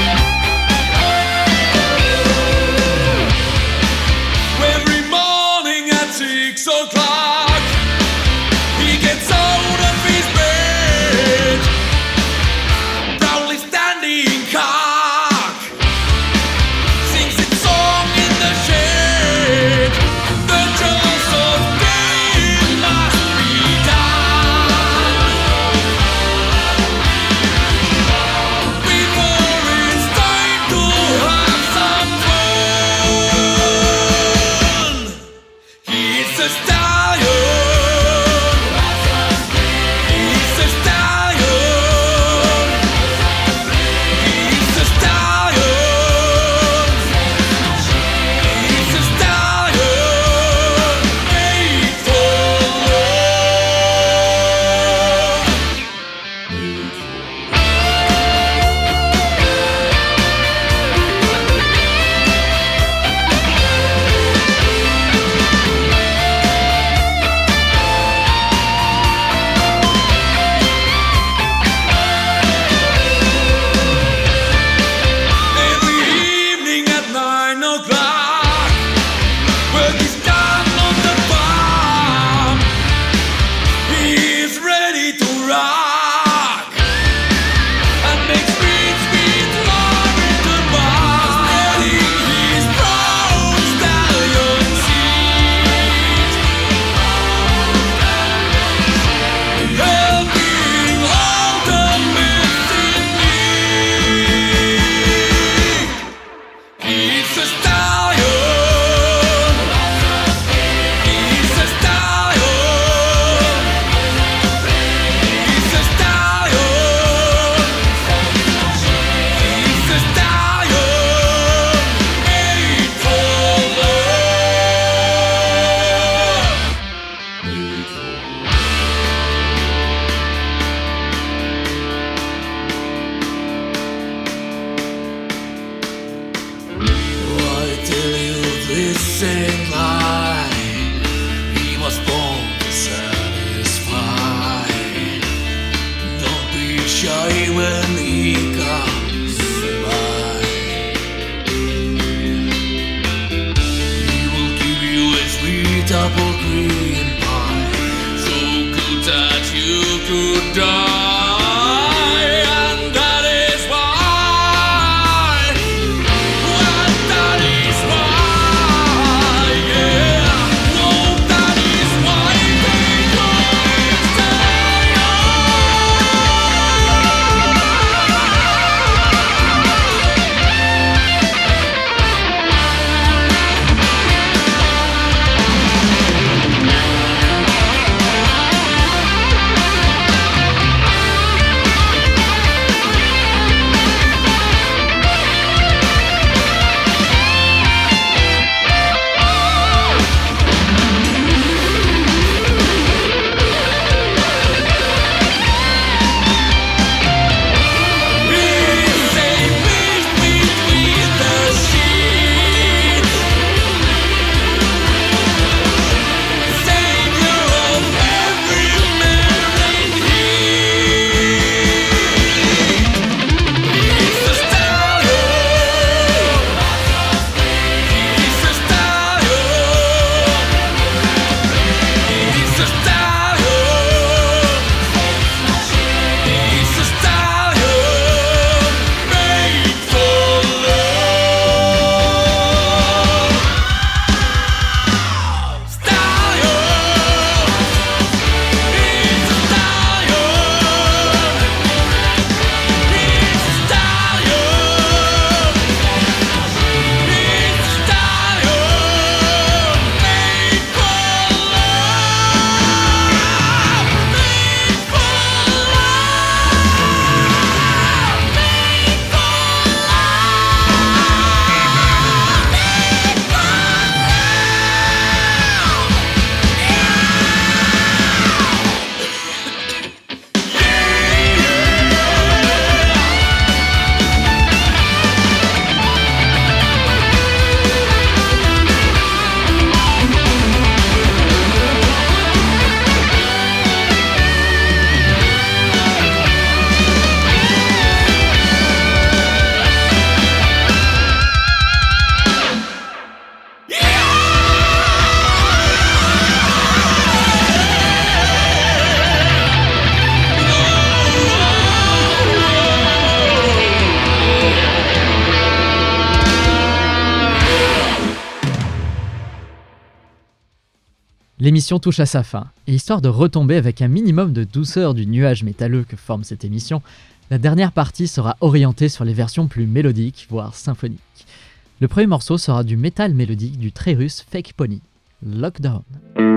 L'émission touche à sa fin, et histoire de retomber avec un minimum de douceur du nuage métalleux que forme cette émission, la dernière partie sera orientée sur les versions plus mélodiques, voire symphoniques. Le premier morceau sera du métal mélodique du très russe Fake Pony, Lockdown.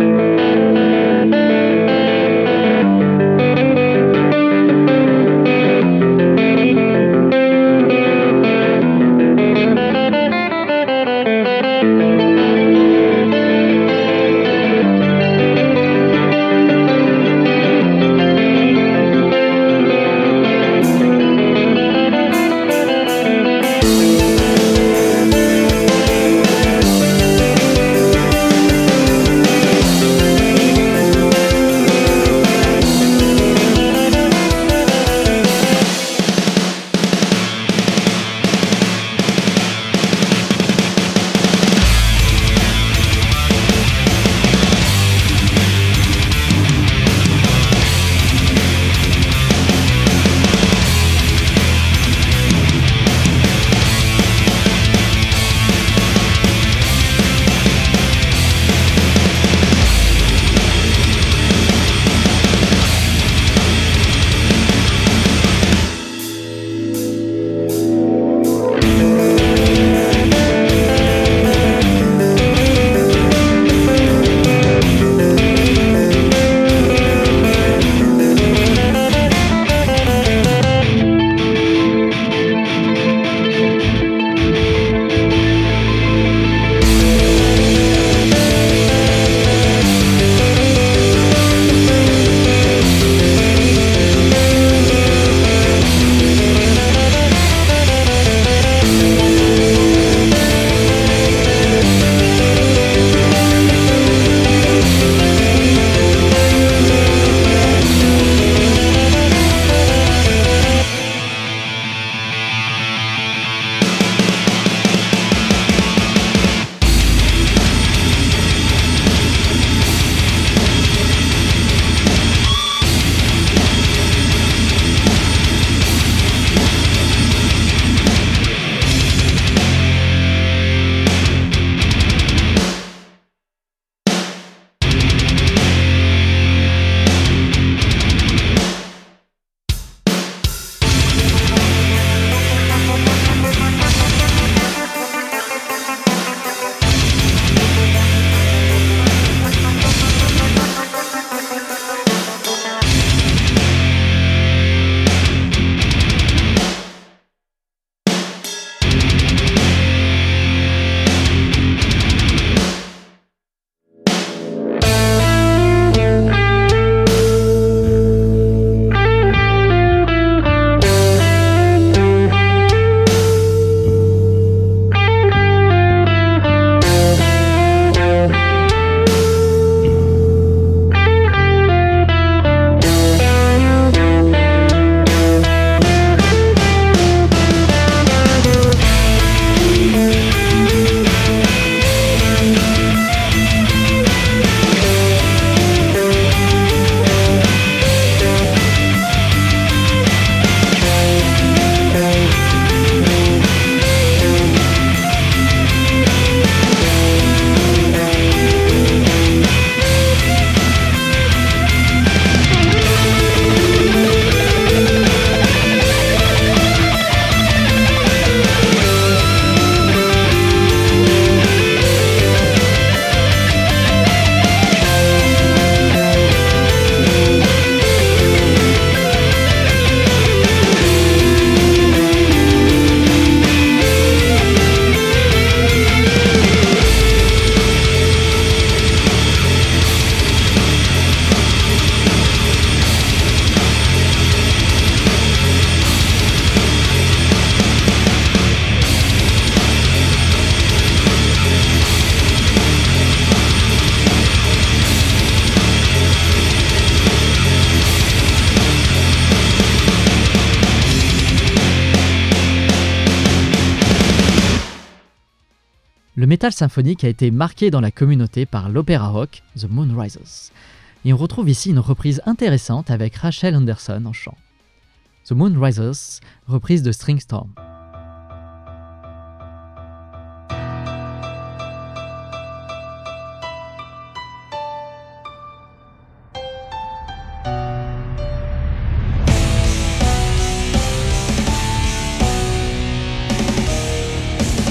Le métal symphonique a été marqué dans la communauté par l'opéra rock The Moon Rises. Et on retrouve ici une reprise intéressante avec Rachel Anderson en chant. The Moon Rises, reprise de String Storm.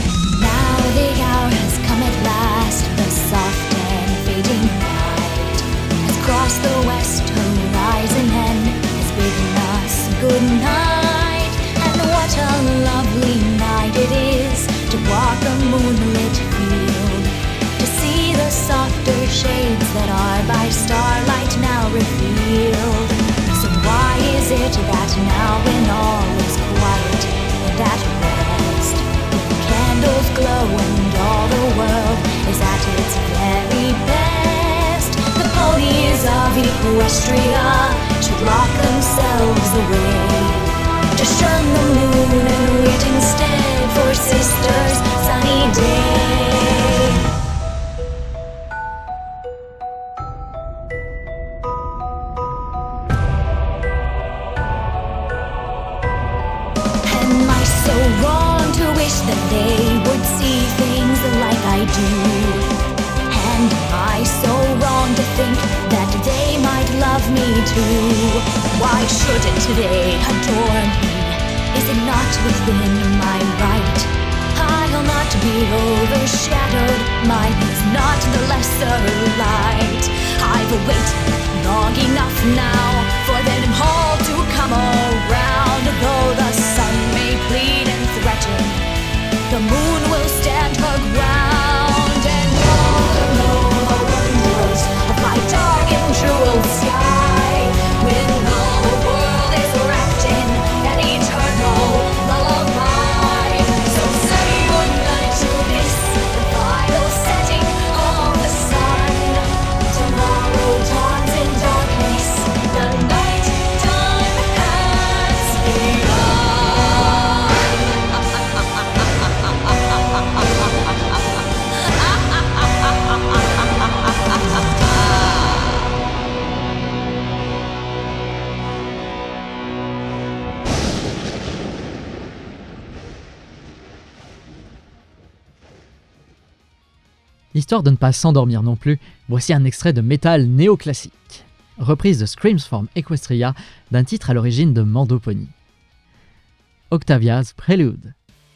Now the hour has come at last, the soft and fading night. that are by starlight now revealed. So why is it that now when all is quiet and at rest, with the candles glow and all the world is at its very best, the ponies of Equestria should lock themselves away, to shun the moon and wait instead for sister's sunny day. Am I so wrong to wish that they would see things like I do? And am I so wrong to think that they might love me too? Why shouldn't they adore me? Is it not within my right? I'll not be overshadowed, mine is not the lesser light. I've waited long enough now for them all to come around. Though the sun may plead and threaten, the moon will stand her ground. And all to know the wonders of my dark and jeweled sky, when the whole world is wrapped in an eternal lullaby. So say goodnight to this, the final setting of the sun. Tomorrow dawns in darkness, the night time has begun. Histoire de ne pas s'endormir non plus, voici un extrait de métal néoclassique, reprise de Screams from Equestria d'un titre à l'origine de Mandopony. Octavia's Prelude.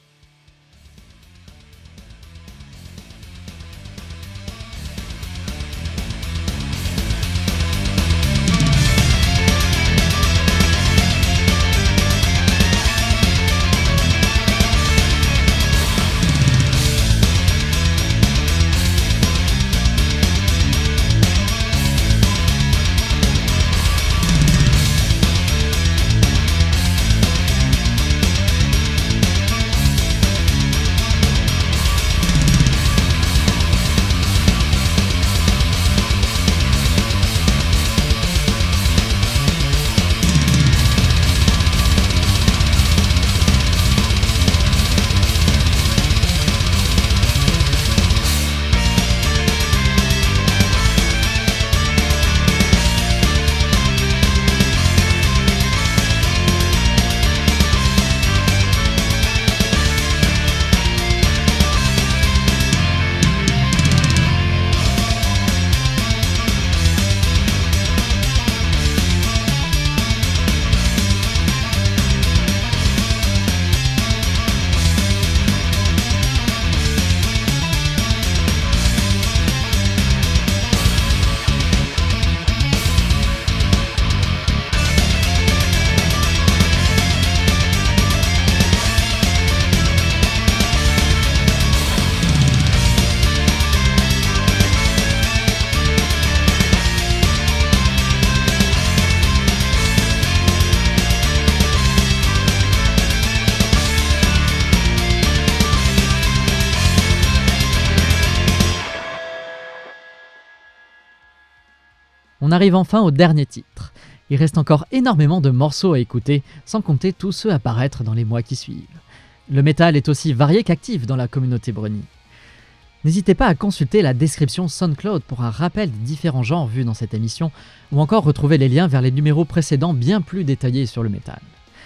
On arrive enfin au dernier titre. Il reste encore énormément de morceaux à écouter, sans compter tous ceux à paraître dans les mois qui suivent. Le métal est aussi varié qu'actif dans la communauté Brony. N'hésitez pas à consulter la description SoundCloud pour un rappel des différents genres vus dans cette émission, ou encore retrouver les liens vers les numéros précédents bien plus détaillés sur le métal.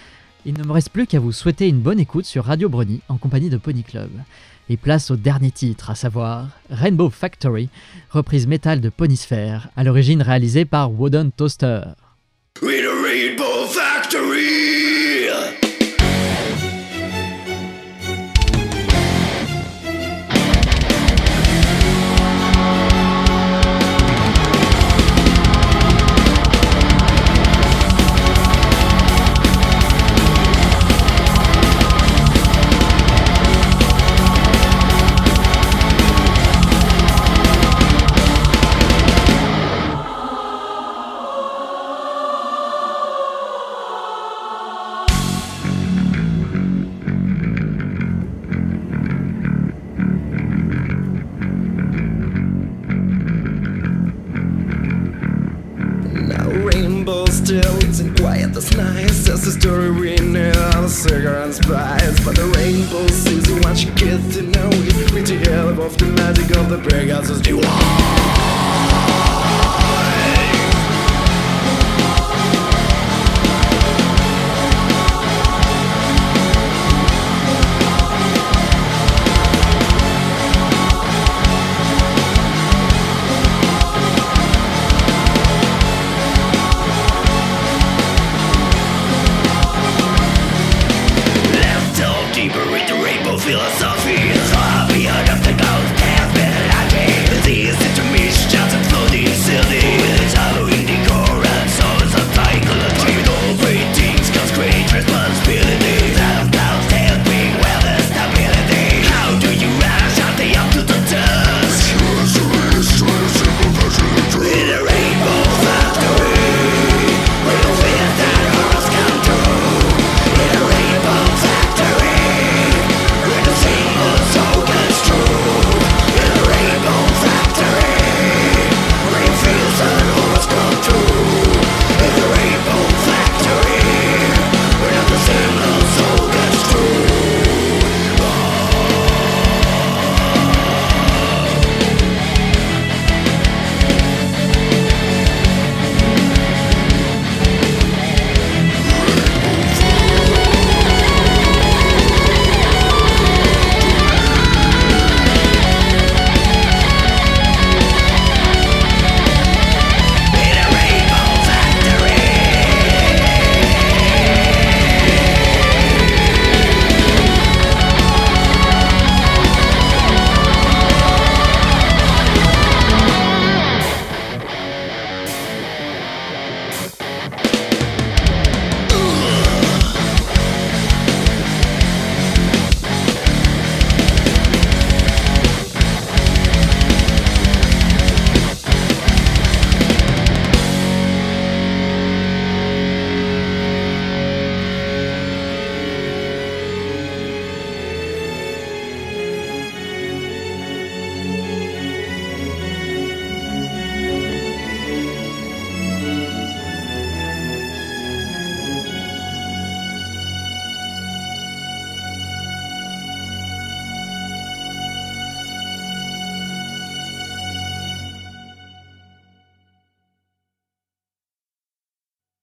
Il ne me reste plus qu'à vous souhaiter une bonne écoute sur Radio Brony en compagnie de Pony Club. Et place au dernier titre, à savoir Rainbow Factory, reprise métal de Ponysphere, à l'origine réalisée par Wooden Toaster. In a Rainbow Factory! rainbow still. It's quiet as nice as the story we know. The cigarette and spice, but the rainbow sees you once you get to know it. With the help of the magic of the breakouts as you are.